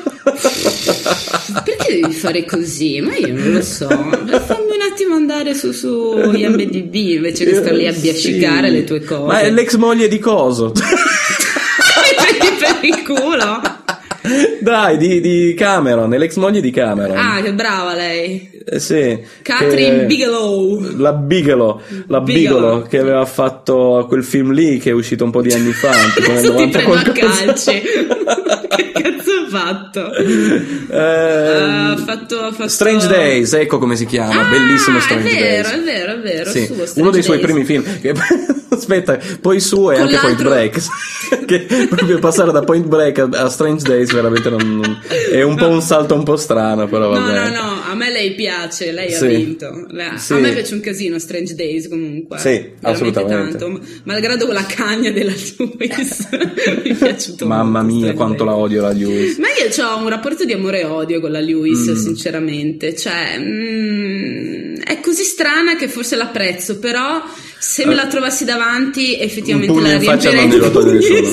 Speaker 3: Perché devi fare così? Ma io non lo so. Fammi un attimo andare su, su I M D B invece che star lì a biascicare sì. le tue cose.
Speaker 2: Ma è l'ex moglie di coso.
Speaker 3: Mi prendi per il culo?
Speaker 2: Dai, di, di Cameron, è l'ex moglie di Cameron.
Speaker 3: Ah, che brava lei.
Speaker 2: Eh, sì.
Speaker 3: Catherine che, Bigelow.
Speaker 2: La Bigelow, la Bigelow, Bigelow che aveva fatto quel film lì che è uscito un po' di anni fa. Tipo nel
Speaker 3: ti prendo a calci. Che cazzo ha fatto?
Speaker 2: Eh,
Speaker 3: ha fatto, ha fatto...
Speaker 2: Strange Days, ecco come si chiama.
Speaker 3: Ah,
Speaker 2: Bellissimo Strange
Speaker 3: è vero,
Speaker 2: Days.
Speaker 3: È vero, è vero,
Speaker 2: sì.
Speaker 3: suo,
Speaker 2: uno dei suoi
Speaker 3: Days.
Speaker 2: primi film. Che... Aspetta, poi su è
Speaker 3: Con
Speaker 2: anche
Speaker 3: l'altro...
Speaker 2: Point Break. Che proprio passare da Point Break a, a Strange Days veramente non, non... è un po' un salto un po' strano, però va
Speaker 3: no,
Speaker 2: bene.
Speaker 3: No, no, a me lei piace, lei
Speaker 2: sì.
Speaker 3: ha vinto.
Speaker 2: Sì.
Speaker 3: A me piace un casino Strange Days comunque.
Speaker 2: Sì, assolutamente.
Speaker 3: Tanto. Malgrado quella cagna della Lewis, mi è piaciuto
Speaker 2: Mamma
Speaker 3: molto,
Speaker 2: mia, quanto la odio la Lewis.
Speaker 3: Ma io ho un rapporto di amore e odio con la Lewis,
Speaker 2: mm.
Speaker 3: sinceramente. Cioè, mm, è così strana che forse l'apprezzo, però se me la trovassi davanti effettivamente la riempirei di pugni.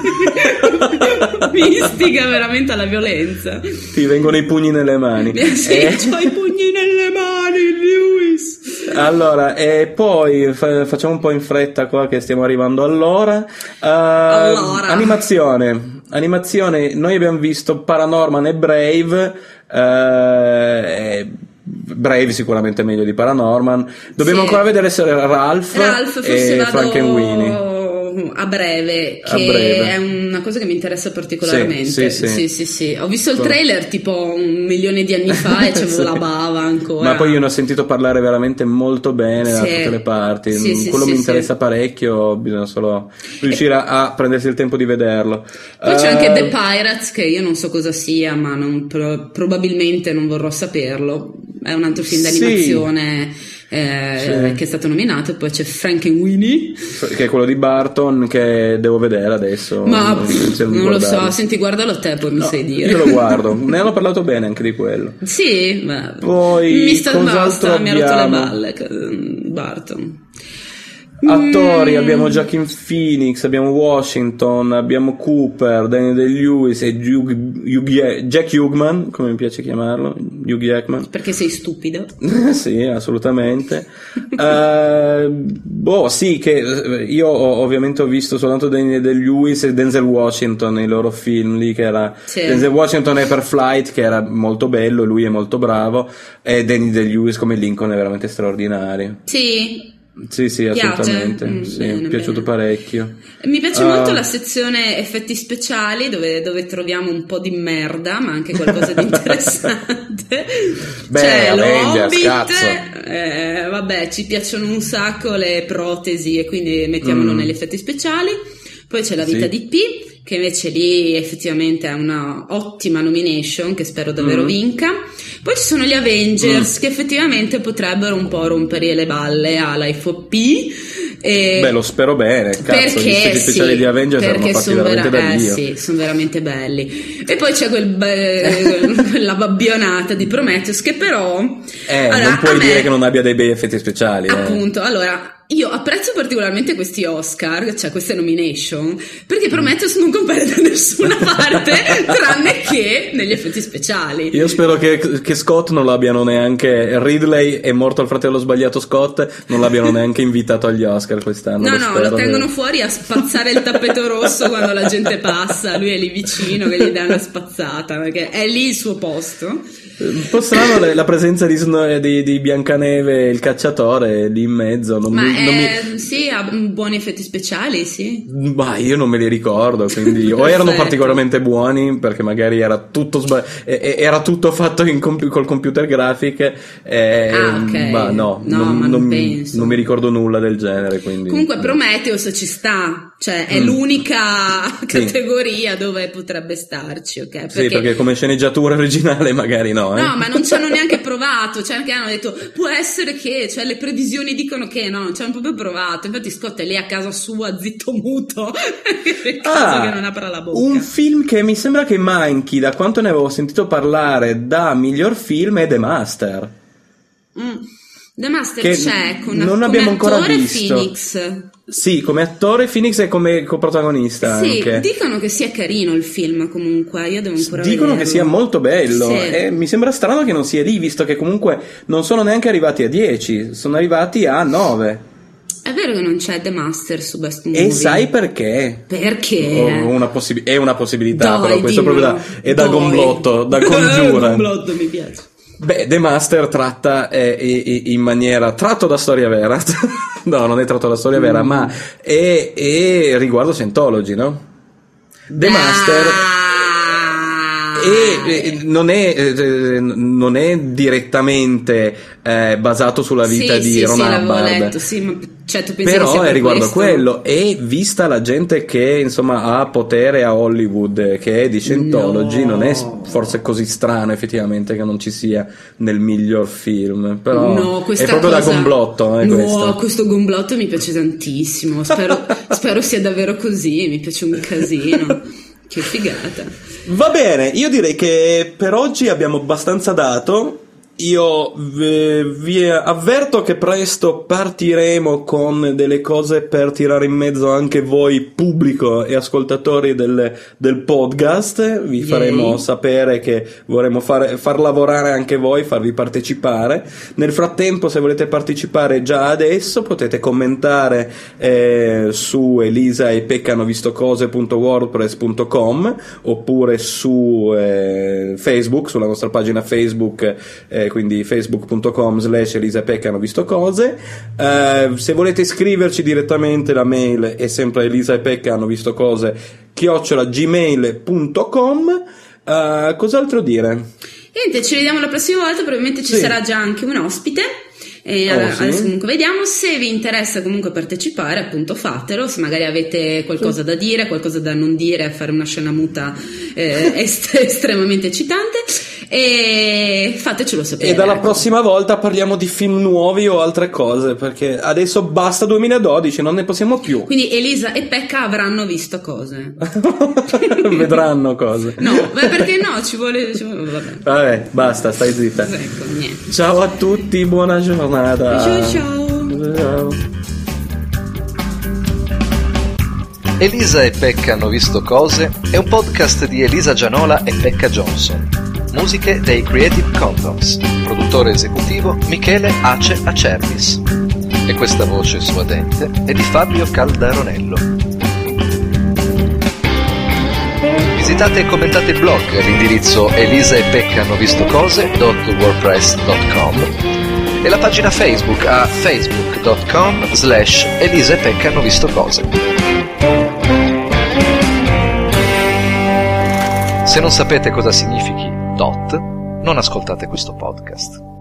Speaker 3: Mi istiga veramente alla violenza.
Speaker 2: Ti vengono i pugni nelle mani.
Speaker 3: Sì, eh. ho i pugni nelle mani, Lewis.
Speaker 2: Allora, e poi fa- facciamo un po' in fretta qua che stiamo arrivando all'ora. Uh,
Speaker 3: allora.
Speaker 2: Animazione. Animazione, noi abbiamo visto Paranorman e Brave. Uh, e Brave sicuramente meglio di Paranorman. Dobbiamo
Speaker 3: sì.
Speaker 2: ancora vedere se Ralph,
Speaker 3: Ralph
Speaker 2: e
Speaker 3: vado...
Speaker 2: Frankenweenie.
Speaker 3: A breve, che
Speaker 2: a breve.
Speaker 3: È una cosa che mi interessa particolarmente.
Speaker 2: Sì, sì, sì.
Speaker 3: sì, sì, sì. Ho visto il trailer tipo un milione di anni fa e c'avevo sì. la bava ancora.
Speaker 2: Ma poi io ne ho sentito parlare veramente molto bene sì. da tutte le parti.
Speaker 3: Sì, sì,
Speaker 2: Quello
Speaker 3: sì,
Speaker 2: mi interessa
Speaker 3: sì.
Speaker 2: parecchio, bisogna solo riuscire a, a prendersi il tempo di vederlo.
Speaker 3: Poi
Speaker 2: uh,
Speaker 3: c'è anche The Pirates, che io non so cosa sia, ma non, pro, probabilmente non vorrò saperlo. È un altro film d'animazione. Sì. Eh, sì. che è stato nominato. E poi c'è Frankenweenie,
Speaker 2: che è quello di Barton, che devo vedere adesso.
Speaker 3: Ma non, non lo so, senti, guardalo a te, poi mi
Speaker 2: no,
Speaker 3: sai dire.
Speaker 2: Io lo guardo, ne hanno parlato bene anche di quello.
Speaker 3: Sì, ma
Speaker 2: poi
Speaker 3: mi sta basta,
Speaker 2: abbiamo?
Speaker 3: mi ha rotto le balle Barton.
Speaker 2: Attori, abbiamo Joaquin Phoenix, abbiamo Washington, abbiamo Cooper, Daniel Day-Lewis e Hugh, Hugh, Jack Hugman, come mi piace chiamarlo, Hugh Jackman.
Speaker 3: Perché sei stupido?
Speaker 2: Sì, assolutamente. uh, boh, sì, che io ho, ovviamente ho visto soltanto Daniel Day-Lewis e Denzel Washington nei loro film lì, che era sì. Denzel Washington è per Flight, che era molto bello, lui è molto bravo, e Daniel Day-Lewis come Lincoln è veramente straordinario.
Speaker 3: Sì.
Speaker 2: Sì, sì, assolutamente. Mm, sì, bene, mi è piaciuto bene. parecchio.
Speaker 3: Mi piace
Speaker 2: uh,
Speaker 3: molto la sezione effetti speciali dove, dove troviamo un po' di merda, ma anche qualcosa di interessante.
Speaker 2: Beh,
Speaker 3: c'è
Speaker 2: Avengers,
Speaker 3: lo Hobbit,
Speaker 2: cazzo.
Speaker 3: Eh, vabbè, ci piacciono un sacco le protesi e quindi mettiamolo mm. negli effetti speciali. Poi c'è La vita
Speaker 2: sì.
Speaker 3: di Pi, che invece lì effettivamente è una ottima nomination, che spero davvero mm. vinca. Poi ci sono gli Avengers, mm. che effettivamente potrebbero un po' rompere le balle alla F O P. E
Speaker 2: beh, lo spero bene, cazzo,
Speaker 3: perché
Speaker 2: gli effetti speciali
Speaker 3: sì,
Speaker 2: di Avengers erano fatti
Speaker 3: sono
Speaker 2: veramente
Speaker 3: vera-
Speaker 2: da
Speaker 3: eh,
Speaker 2: Dio.
Speaker 3: sì, sono veramente belli. E poi c'è quel be- quella babbionata di Prometheus che però
Speaker 2: eh,
Speaker 3: allora,
Speaker 2: non puoi
Speaker 3: me,
Speaker 2: dire che non abbia dei bei effetti speciali.
Speaker 3: Appunto,
Speaker 2: eh.
Speaker 3: allora io apprezzo particolarmente questi Oscar, cioè queste nomination, perché Prometheus non compare da nessuna parte tranne che negli effetti speciali.
Speaker 2: Io spero che, che Scott non l'abbiano neanche, Ridley è morto al fratello sbagliato Scott, non l'abbiano neanche invitato agli Oscar quest'anno.
Speaker 3: No,
Speaker 2: lo
Speaker 3: no, lo tengono
Speaker 2: che...
Speaker 3: fuori a spazzare il tappeto rosso quando la gente passa, lui è lì vicino che gli dà una spazzata, perché è lì il suo posto.
Speaker 2: Un po' strano la presenza di, Snow, di, di Biancaneve, il cacciatore, lì in mezzo. Non
Speaker 3: Ma
Speaker 2: mi,
Speaker 3: è,
Speaker 2: non mi...
Speaker 3: sì, ha buoni effetti speciali, sì.
Speaker 2: Ma io non me li ricordo, quindi o erano particolarmente buoni perché magari era tutto sbag... era tutto fatto in comp- col computer graphic. E...
Speaker 3: Ah, ok.
Speaker 2: Ma no,
Speaker 3: no
Speaker 2: non,
Speaker 3: ma non,
Speaker 2: non,
Speaker 3: penso.
Speaker 2: non mi ricordo nulla del genere. Quindi...
Speaker 3: Comunque Prometheus ci sta, cioè è mm. l'unica categoria sì. dove potrebbe starci, ok? Perché...
Speaker 2: Sì, perché come sceneggiatura originale magari no. Eh?
Speaker 3: No, ma non ci hanno neanche provato, cioè anche hanno detto può essere che, cioè le previsioni dicono che no, non ci hanno proprio provato. Infatti Scott è lì a casa sua zitto muto per caso
Speaker 2: ah,
Speaker 3: che non apra la bocca.
Speaker 2: Un film che mi sembra che manchi, da quanto ne avevo sentito parlare, da miglior film è The Master.
Speaker 3: Mm. The Master
Speaker 2: che
Speaker 3: c'è con
Speaker 2: non
Speaker 3: come
Speaker 2: abbiamo ancora
Speaker 3: attore
Speaker 2: visto.
Speaker 3: Phoenix.
Speaker 2: Sì, come attore Phoenix e come coprotagonista
Speaker 3: sì,
Speaker 2: anche.
Speaker 3: Dicono che sia carino il film comunque, io devo ancora
Speaker 2: Dicono
Speaker 3: vederlo.
Speaker 2: che sia molto bello
Speaker 3: sì.
Speaker 2: e mi sembra strano che non sia lì, visto che comunque non sono neanche arrivati a dieci, sono arrivati a nove.
Speaker 3: È vero che non c'è The Master su Best Movie.
Speaker 2: E sai perché?
Speaker 3: Perché?
Speaker 2: Oh, una possi- è una possibilità,
Speaker 3: Dai,
Speaker 2: però questo
Speaker 3: dimmelo.
Speaker 2: proprio da, è da
Speaker 3: Dai.
Speaker 2: gomblotto, da congiura.
Speaker 3: Gomblotto mi piace.
Speaker 2: Beh, The Master tratta eh, in maniera tratto da storia vera. No, non è tratto da storia vera, mm. ma è, è riguardo Scientology, no? The ah. Master è, è, non, è, eh, non è direttamente eh, basato sulla vita
Speaker 3: sì,
Speaker 2: di
Speaker 3: sì,
Speaker 2: Ron
Speaker 3: sì,
Speaker 2: Hubbard.
Speaker 3: l'avevo letto, sì, ma cioè, tu pensi
Speaker 2: però
Speaker 3: che sia
Speaker 2: è riguardo
Speaker 3: questo?
Speaker 2: a quello, e vista la gente che insomma ha potere a Hollywood, che è di Scientology, no. non è forse così strano effettivamente che non ci sia nel miglior film, però
Speaker 3: no,
Speaker 2: è proprio
Speaker 3: cosa...
Speaker 2: da gomblotto eh,
Speaker 3: no,
Speaker 2: questo.
Speaker 3: questo gomblotto mi piace tantissimo, spero, spero sia davvero così, mi piace un casino. Che figata.
Speaker 2: Va bene, io direi che per oggi abbiamo abbastanza dato. Io vi avverto che presto partiremo con delle cose per tirare in mezzo anche voi, pubblico e ascoltatori del, del podcast. Vi Yay. faremo sapere che vorremmo fare, far lavorare anche voi, farvi partecipare. Nel frattempo, se volete partecipare già adesso, potete commentare eh, su elisa e peccano visto cose punto wordpress punto com oppure su eh, Facebook, sulla nostra pagina Facebook, eh, quindi facebook punto com slash elisa e pecca hanno visto cose. Eh, se volete iscriverci direttamente, la mail è sempre elisa e pecca hanno visto cose chiocciola gmail punto com. Eh, cos'altro dire?
Speaker 3: Niente, ci vediamo la prossima volta, probabilmente ci
Speaker 2: sì.
Speaker 3: sarà già anche un ospite. E
Speaker 2: oh,
Speaker 3: adesso
Speaker 2: sì.
Speaker 3: comunque vediamo. Se vi interessa comunque partecipare, appunto fatelo. Se magari avete qualcosa sì. da dire, qualcosa da non dire, fare una scena muta eh, est- estremamente eccitante, e fatecelo sapere.
Speaker 2: E dalla
Speaker 3: ecco.
Speaker 2: prossima volta parliamo di film nuovi o altre cose, perché adesso basta duemiladodici, non ne possiamo più.
Speaker 3: Quindi Elisa e Pecca avranno visto cose.
Speaker 2: Vedranno cose.
Speaker 3: No, beh, perché no? Ci vuole, ci vuole vabbè.
Speaker 2: Vabbè, basta, stai zitta.
Speaker 3: Ecco, niente.
Speaker 2: Ciao a tutti, buona giornata.
Speaker 3: Ciao ciao.
Speaker 2: Ciao.
Speaker 1: Elisa e Pecca hanno visto cose è un podcast di Elisa Gianola e Pecca Johnson. Musiche dei Creative Commons. Produttore esecutivo Michele Ace Acervis. E questa voce suadente è di Fabio Caldaronello. Visitate e commentate il blog all'indirizzo elisa e pecca hanno visto cose punto wordpress punto com e la pagina Facebook a facebook punto com slash elisa e pecca hanno visto cose. Se non sapete cosa significhi dot, non ascoltate questo podcast.